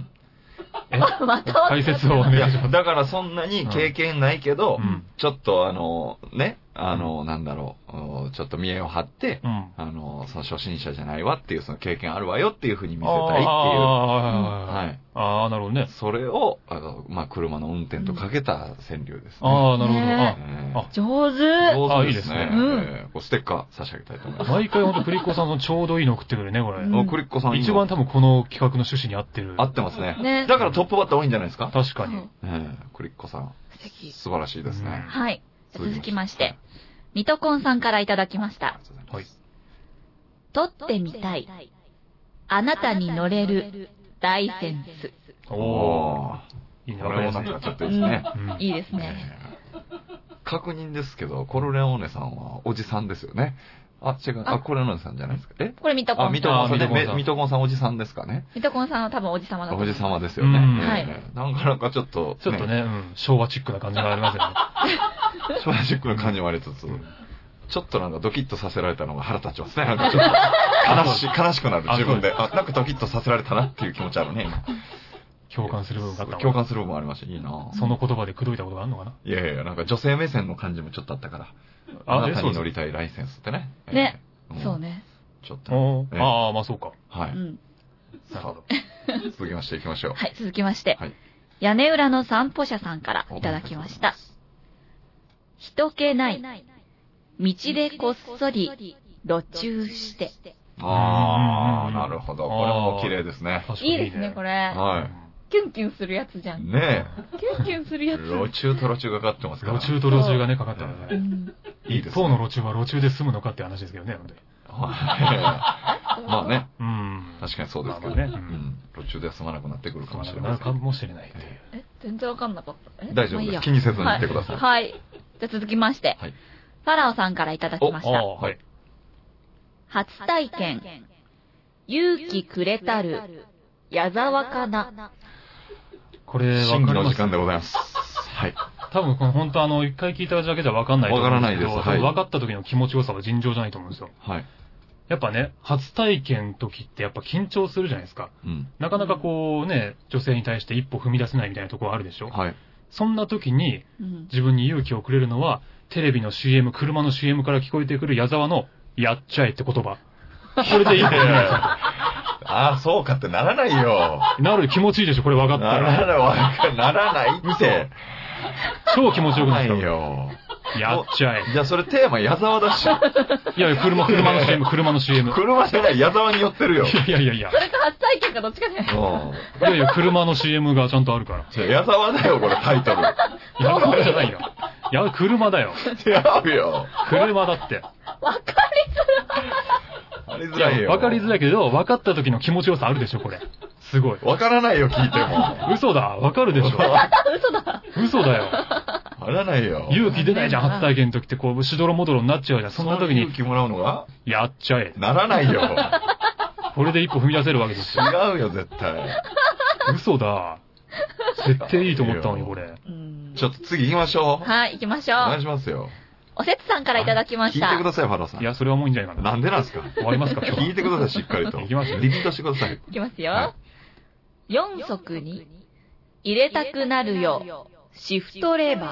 Speaker 1: えまた解説をお願いします。
Speaker 2: だからそんなに経験ないけど、ちょっとあの、ね、あの、なんだろう、ちょっと見栄を張って、あの、その初心者じゃないわっていうその経験あるわよっていうふうに見せたいっていう。
Speaker 1: はい。ああ、なるほどね。
Speaker 2: それを、あの、まあ、車の運転とかけた川柳ですね。
Speaker 1: ああ、なるほど。
Speaker 3: あ、上手。
Speaker 2: 上手ですね。うん。ステッカー差し上げたいと思います。
Speaker 1: 毎回ほんとクリッコさんのちょうどいいの送ってくるね、これ。
Speaker 2: クリッコさん
Speaker 1: 一番多分この企画の趣旨に合ってる。
Speaker 2: 合ってますね。だからトップバッター多いんじゃないですか？
Speaker 1: 確かに。
Speaker 2: クリッコさん。素晴らしいですね。
Speaker 3: はい。続きまして、ミトコンさんからいただきました。
Speaker 1: はい。
Speaker 3: 撮ってみたい。あなたに乗れるライセンス。
Speaker 2: おー。いいね。これもなんかちょっといいですね。
Speaker 3: いいですね。
Speaker 2: 確認ですけど、コルレオーネさんはおじさんですよね。あ、違う。あ、コルレオーネさんじゃないですか。え
Speaker 3: これミトコンさん。
Speaker 2: あ、ミトコンさんで、ミトコンさんおじさんですかね。
Speaker 3: ミトコンさんは多分おじさまだと思
Speaker 2: う。おじさまですよね。はい。なかなかちょっと。
Speaker 1: ちょっとね、うん。昭和チックな感じがありますよね。
Speaker 2: 昭和チックな感じもありつつ。ちょっとなんかドキッとさせられたのが腹立ちますね。なんかちょっと悲しい、悲しくなる自分で。あ、なんかドキッとさせられたなっていう気持ちあるね、今。
Speaker 1: 共感する部分があった。
Speaker 2: 共感する部分もありました。いいな
Speaker 1: その言葉で口説いたことがあるのかな？
Speaker 2: いやいや、なんか女性目線の感じもちょっとあったから。あなたに乗りたいライセンスってね。
Speaker 3: ね。そうね。
Speaker 2: ちょっと。
Speaker 1: ああ、まあそうか。
Speaker 2: はい。なるほど。続きましていきましょう。
Speaker 3: はい、続きまして。屋根裏の散歩者さんからいただきました。人気ない。道でこっそり路駐して。
Speaker 2: ああ、なるほど。これも綺麗ですね。
Speaker 3: いいですね、これ。
Speaker 2: はい。
Speaker 3: キュンキュンするやつじゃん。
Speaker 2: ね
Speaker 3: え。キュンキュンするやつ。
Speaker 2: 路駐と路駐がかかってますから。
Speaker 1: 路駐と路駐がね、かかってますね。いいです。一方の路駐は路駐で済むのかって話ですけどね、ほんで。
Speaker 2: まあね。
Speaker 1: うん。
Speaker 2: 確かにそうですけどね。うん。路駐では済まなくなってくるかもしれない。
Speaker 1: なるかもしれない。
Speaker 3: え、全然わかんなかった。
Speaker 2: 大丈夫です。気にせずに言ってください。
Speaker 3: はい。じゃ続きまして。はい。ファラオさんからいただきました。
Speaker 1: はい。
Speaker 3: 初体験。勇気くれたる、矢沢かな。
Speaker 2: これ、審議の時間でございます。はい。
Speaker 1: 多分、この本当あの、一回聞いただけじゃ分かんないと思うんですけど。わからないです。はい。分かった時の気持ちよさは尋常じゃないと思うんですよ。
Speaker 2: はい。
Speaker 1: やっぱね、初体験の時ってやっぱ緊張するじゃないですか。うん。なかなかこうね、女性に対して一歩踏み出せないみたいなところあるでしょ。はい。そんな時に、自分に勇気をくれるのは、テレビの シーエム、車の シーエム から聞こえてくる矢沢の、やっちゃえって言葉。これでいいんだよ。
Speaker 2: ああ、そうかってならないよ。
Speaker 1: なる気持ちいいでしょ、これ分かったら。
Speaker 2: ならない、ならないって。
Speaker 1: 超気持ちよくなった
Speaker 2: よ。
Speaker 1: やっちゃえ。
Speaker 2: じゃあそれテーマ矢沢だし。
Speaker 1: いやいや、車、車の シーエム、車の シーエム。
Speaker 2: 車じゃない、矢沢に寄ってるよ。
Speaker 1: いやいやいや。
Speaker 3: それか初体験かどっちかじゃない。
Speaker 1: いやいや、車の シーエム がちゃんとあるから。
Speaker 2: 矢沢だよ、これタイトル。
Speaker 1: 矢沢じゃないよ。いや、車だよ。
Speaker 2: 違うよ。
Speaker 1: 車だって。
Speaker 3: わかり
Speaker 2: づらい。わかりづらいよ。
Speaker 1: わかりづらいけど、分かった時の気持ちよさあるでしょ、これ。すごい。
Speaker 2: わからないよ、聞いても。
Speaker 1: 嘘だ、わかるでしょ。
Speaker 3: 嘘だ。
Speaker 1: 嘘だよ。
Speaker 2: わからないよ。
Speaker 1: 勇気出ないじゃん、初体験の時って、こう、しどろもどろになっちゃうじゃん。そんな時に。
Speaker 2: 勇気もらうのが
Speaker 1: やっちゃえ。
Speaker 2: ならないよ。
Speaker 1: これで一歩踏み出せるわけですよ。
Speaker 2: 違うよ、絶対。
Speaker 1: 嘘だ。絶対いいと思ったのに、これ。
Speaker 2: ちょっと次行きましょう。
Speaker 3: はい、行きましょう。
Speaker 2: お願いしますよ。
Speaker 3: おせつさんからいただきました。
Speaker 2: 聞いてください、ファローさん。
Speaker 1: いや、それはもういいんじゃないかな。
Speaker 2: なんでなんですか？
Speaker 1: 終わりますか、今日。
Speaker 2: 聞いてください、しっかりと。
Speaker 1: 行きますよ。
Speaker 2: リピートしてください。
Speaker 3: いきますよ。よん足に入れたくなるよ、シフトレバ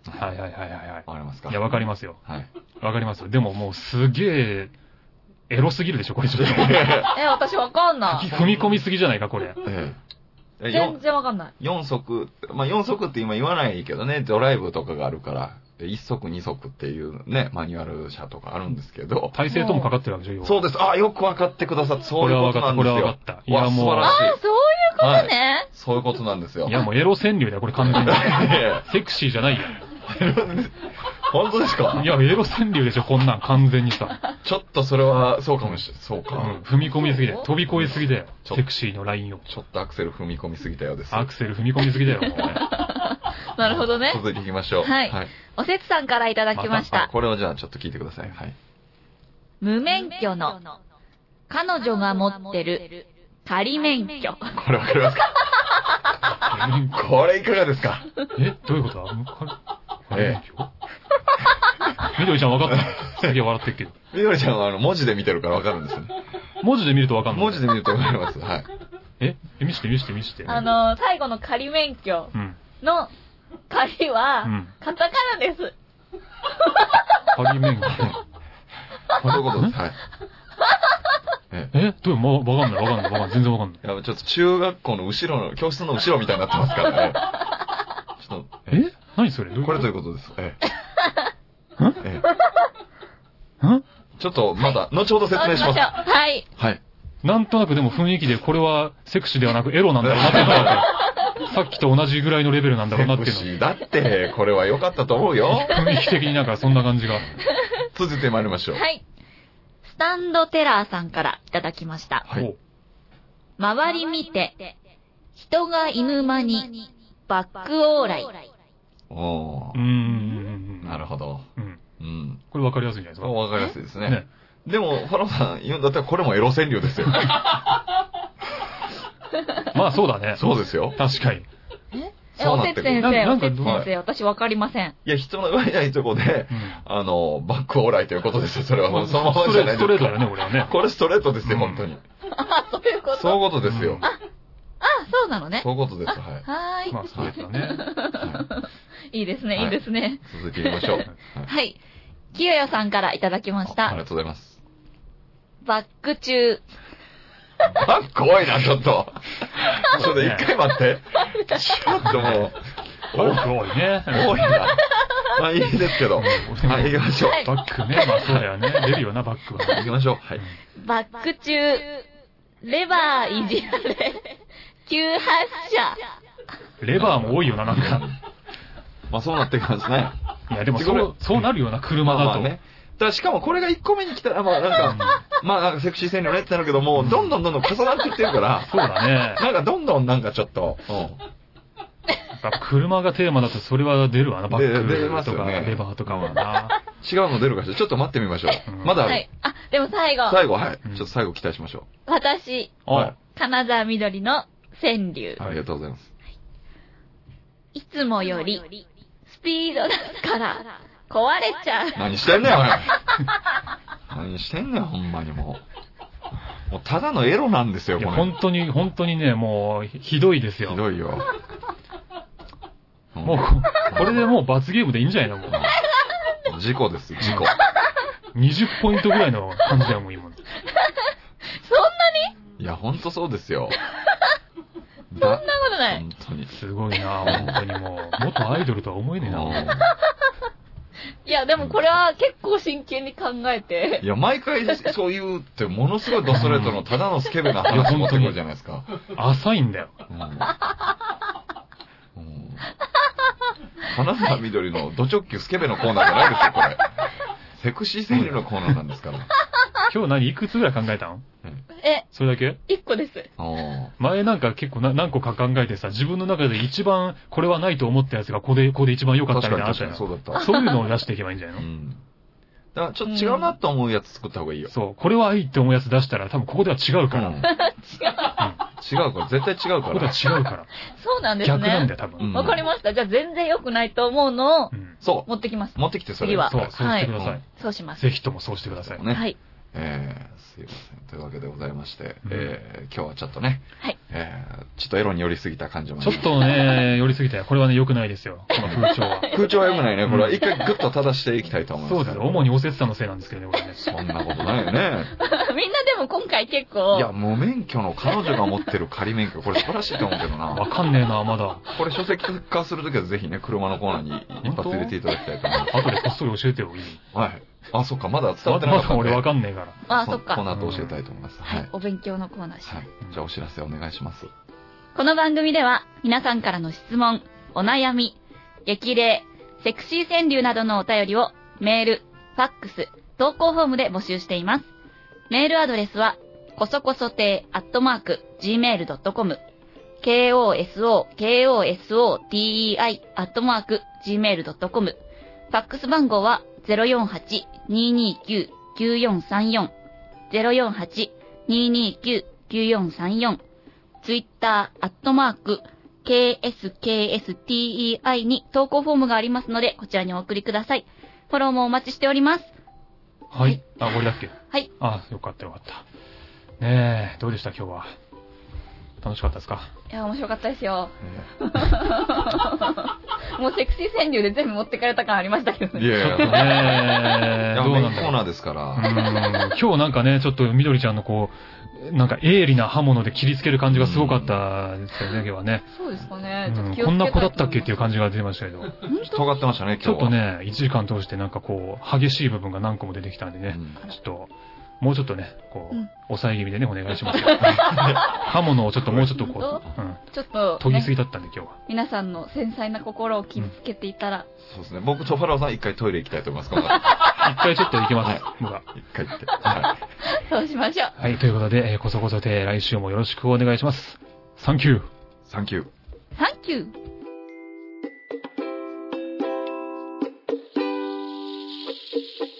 Speaker 1: はいはいはいはい。
Speaker 2: わかりますか？
Speaker 1: いや、わかりますよ。
Speaker 2: はい。
Speaker 1: わかりますよ。でももうすげえ、エロすぎるでしょ、これちょっと。
Speaker 3: え、私わかんない。
Speaker 1: 踏み込みすぎじゃないか、これ。
Speaker 2: え
Speaker 3: え、全然わかんない。
Speaker 2: よん速、まあよん速って今言わないけどね、ドライブとかがあるから、いっ速に速っていうね、マニュアル車とかあるんですけど。
Speaker 1: 体勢ともかかってるわけでしょ、
Speaker 2: そうです。あ、よくわかってくださって、そういうことなんですよ。
Speaker 1: これはわかった、これはわかった。いや、もう。
Speaker 3: ああ、そういうことね、
Speaker 2: はい。そういうことなんですよ。
Speaker 1: いや、もうエロ川柳だよ、これ完全に。セクシーじゃないよ。
Speaker 2: 本当ですか？
Speaker 1: いや、エロ川柳でしょ、こんなん完全にさ。
Speaker 2: ちょっとそれは、そうかもしれない。そうか。うん、
Speaker 1: 踏み込みすぎで、飛び越えすぎで、セクシーのラインを。
Speaker 2: ちょっとアクセル踏み込みすぎたようです。
Speaker 1: アクセル踏み込みすぎだよ、もうね。
Speaker 3: なるほどね。
Speaker 2: 続いていきましょう。
Speaker 3: はい。はい、おせつさんからいただきました。
Speaker 2: これをじゃあちょっと聞いてください。はい。
Speaker 3: 無免許の彼女が持ってる仮免許。
Speaker 2: これわかりますか？これいかがですか？
Speaker 1: え、どういうことだ？仮免許？みどりちゃんわかったすげえ笑ってるけど。
Speaker 2: みどりちゃんはあの文字で見てるからわかるんですね。
Speaker 1: 文字で見るとわかんない。
Speaker 2: 文字で見るとわかります。はい。
Speaker 1: え見して見して見して。
Speaker 3: あのー、最後の仮免許の仮は、カタカナです。
Speaker 1: 仮免許。
Speaker 2: そういうことです。はい。
Speaker 1: えどうもわかんないわかんないわかんない。全然わかんない。
Speaker 2: いや、ちょっと中学校の後ろの、教室の後ろみたいになってますからね。
Speaker 1: ちょっと、え何それ
Speaker 2: これということです。え
Speaker 1: え。んええ。ん
Speaker 2: ちょっと、まだ、後ほど説明します。
Speaker 3: はい。
Speaker 2: はい。
Speaker 1: なんとなくでも雰囲気で、これはセクシーではなくエロなんだろうなって。さっきと同じぐらいのレベルなんだろうなっていうの。
Speaker 2: セクシーだって、これは良かったと思うよ。
Speaker 1: 雰囲気的になんかそんな感じが。
Speaker 2: 続いて参りましょう。
Speaker 3: はい。スタンドテラーさんからいただきました。はい。周り見て、人が犬間に、バックオーライ。
Speaker 2: おー。
Speaker 1: うーん。
Speaker 2: なるほど。うん。
Speaker 1: うん。これ分かりやすいんじゃないですか。
Speaker 2: 分かりやすいですね。ねでも、ファローさん言うんだったらこれもエロ川柳ですよ。ま
Speaker 1: あそうだね。
Speaker 2: そうですよ。
Speaker 1: 確かに。
Speaker 3: えおせつ先生、おせつ先生、私分かりません。
Speaker 2: いや、人の言わないとこで、あの、バックオーライということですよ、それは。そのままじゃないですか。
Speaker 1: ストレートだよね、これはね。
Speaker 2: これストレートですよ、本当に。
Speaker 3: あ、そういうこと
Speaker 2: そういうことですよ。
Speaker 3: あ、そうなのね。
Speaker 2: そういうことです、はい。
Speaker 3: はい。
Speaker 1: まあ、ストレートだね。
Speaker 3: いいですね、いいですね。
Speaker 2: 続いていきましょう。
Speaker 3: はい。きよよさんからいただきました。
Speaker 2: ありがとうございます。
Speaker 3: バック中。
Speaker 2: バック多いな、ちょっと。ちょっと一回待って。ちょっともう。
Speaker 1: バック多いね。
Speaker 2: 多いな。まあいいですけど。はい、行きましょう。
Speaker 1: バックね。まあそうだよね。出るよな、バックは。
Speaker 2: 行きましょう。はい。
Speaker 3: バック中、レバーいじられ、急発車。
Speaker 1: レバーも多いよな、なんか。
Speaker 2: まあそうなってきますね。
Speaker 1: いや、でもそう、そうなるような車だと。ね。
Speaker 2: だしかもこれがいっこめに来たら、まあなんか、まあなんかセクシー川柳ねってなるけども、どんどんどんどん重なっていってるから、
Speaker 1: そうだね。
Speaker 2: なんかどんどんなんかちょっと、
Speaker 1: 車がテーマだとそれは出るわな、バックとかレバーとかはな。
Speaker 2: 違うの出るかしら、ちょっと待ってみましょう。まだある。はい。
Speaker 3: あ、でも最後。
Speaker 2: 最後、はい。ちょっと最後期待しましょう。
Speaker 3: 私、金沢みどりの川柳。
Speaker 2: ありがとうございます。
Speaker 3: いつもより、スピードだから、壊れちゃう。
Speaker 2: 何してんねん、おい。何してんねん、ほんまにもう。もうただのエロなんですよ、これ。
Speaker 1: 本当に、本当にね、もう、ひどいですよ。
Speaker 2: ひどいよ。
Speaker 1: もう、これでもう罰ゲームでいいんじゃないのも
Speaker 2: う。事故です、事故。
Speaker 1: にじゅうポイントぐらいの感じだよ、もう今。そんな
Speaker 3: に？
Speaker 2: いや、ほんとそうですよ。
Speaker 3: そんなことない。
Speaker 2: 本当に。
Speaker 1: すごいな、本当にもう。元アイドルとは思えねえな。
Speaker 3: いや、でもこれは結構真剣に考えて。
Speaker 2: いや、毎回そう言うって、ものすごいドストレートのただのスケベな話持ってくるじゃないですか。
Speaker 1: 浅いんだよ。
Speaker 2: 花沢みどりのド直球スケベのコーナーじゃないですよ、これ。セクシー川柳のコーナーなんですから。
Speaker 1: 今日何いくつぐらい考えたの？
Speaker 3: え、
Speaker 1: それだけ？
Speaker 3: 一個です。
Speaker 1: 前なんか結構な何個か考えてさ、自分の中で一番これはないと思ったやつがここで、ここで一番良かったみたいな話だよ。
Speaker 2: そうだった。
Speaker 1: そういうのを出していけばいいんじゃないの？うん。
Speaker 2: だからちょっと違うなと思うやつ作った方がいいよ。
Speaker 1: そう。これはいいって思うやつ出したら多分ここでは違うから。うん、違う。
Speaker 2: 違うから。絶対違うから。
Speaker 1: ここでは違うから。
Speaker 3: そうなんですね。
Speaker 1: 逆なんだよ、多分。
Speaker 3: わかりました。じゃあ全然良くないと思うのを、そう。持ってきます。
Speaker 2: 持ってきてそれ。
Speaker 1: そう、そうしてください。
Speaker 3: そうします。
Speaker 1: ぜひともそうしてください。
Speaker 3: はい。
Speaker 2: えー、すいません。というわけでございまして、うん、えー、今日はちょっとね、はい。えー、ちょっとエロに寄りすぎた感じもあります。
Speaker 1: ちょっとね、寄りすぎたよ。これはね、良くないですよ。この風潮は。
Speaker 2: 風潮は良くないね。これは一回グッと正していきたいと思います。
Speaker 1: そうです。主におせつさんのせいなんですけどね、これね。
Speaker 2: そんなことないよね。
Speaker 3: みんなでも今回結構。
Speaker 2: いや、無免許の彼女が持ってる仮免許、これ素晴らしいと思うけどな。
Speaker 1: わかんねえな、まだ。
Speaker 2: これ書籍化するときはぜひね、車のコーナーに一発入れていただきたいと思います。
Speaker 1: 後でこっそり教えてよ、いい。
Speaker 2: はい。あ、そっか、まだ伝わってなかった。
Speaker 1: まだ俺わかんねえから。
Speaker 3: あ、そっか。
Speaker 2: この後教えたいと思います。
Speaker 3: はい。お勉強のコーナーし。
Speaker 2: はい。じゃあお知らせお願いします。
Speaker 3: この番組では皆さんからの質問、お悩み、激励、セクシー川柳などのお便りをメール、ファックス、投稿フォームで募集しています。メールアドレスはこそこそ亭アットマーク ジーメールドットコム ケーオーエスオーケーオーエスオーティーイーアイ アットマーク ジーメールドットコム ファックス番号は ゼロよんはち にーにーきゅう きゅうよんさんよん ゼロよんはち にーにーきゅう きゅうよんさんよんツイッター、アットマーク、ケーエスケーエスティーイーアイ に投稿フォームがありますので、こちらにお送りください。フォローもお待ちしております。
Speaker 1: はい。はい、あ、終わりだっけ？
Speaker 3: はい。
Speaker 1: あ、よかったよかった。ねえ、どうでした今日は。楽しかったですか？
Speaker 3: いや、面白かったですよ。もうセクシー川柳で全部持ってかれた感ありましたけどね。
Speaker 2: いやいや、
Speaker 1: ねえ、
Speaker 2: どうなんだろう。コーナーですから。
Speaker 1: うん。今日なんかね、ちょっとみどりちゃんのこう、なんか鋭利な刃物で切りつける感じがすごかったですよね、今日はね。
Speaker 3: そうですかね。
Speaker 1: うん、こんな子だったっけっていう感じが出てましたけど。
Speaker 2: 尖ってましたね、今日は。
Speaker 1: ちょっとね、いちじかん通してなんかこう、激しい部分が何個も出てきたんでね、うん、ちょっと、もうちょっとね、こう、うん、抑え気味でね、お願いしますよ。刃物をちょっともうちょっとこう、うん、
Speaker 3: ちょっと、ね、
Speaker 1: 研ぎすぎだったんで今日は。
Speaker 3: 皆さんの繊細な心を傷つけていたら。
Speaker 2: うん、そうですね。僕とファラオさん一回トイレ行きたいと思いますから。
Speaker 1: 一回ちょっと行けます。僕は。
Speaker 2: 一回行って。はい。
Speaker 3: そうしましょう。
Speaker 1: はい、ということで、えー、こそこそで来週もよろしくお願いします。サンキュー。
Speaker 2: サンキュー。
Speaker 3: サンキュー。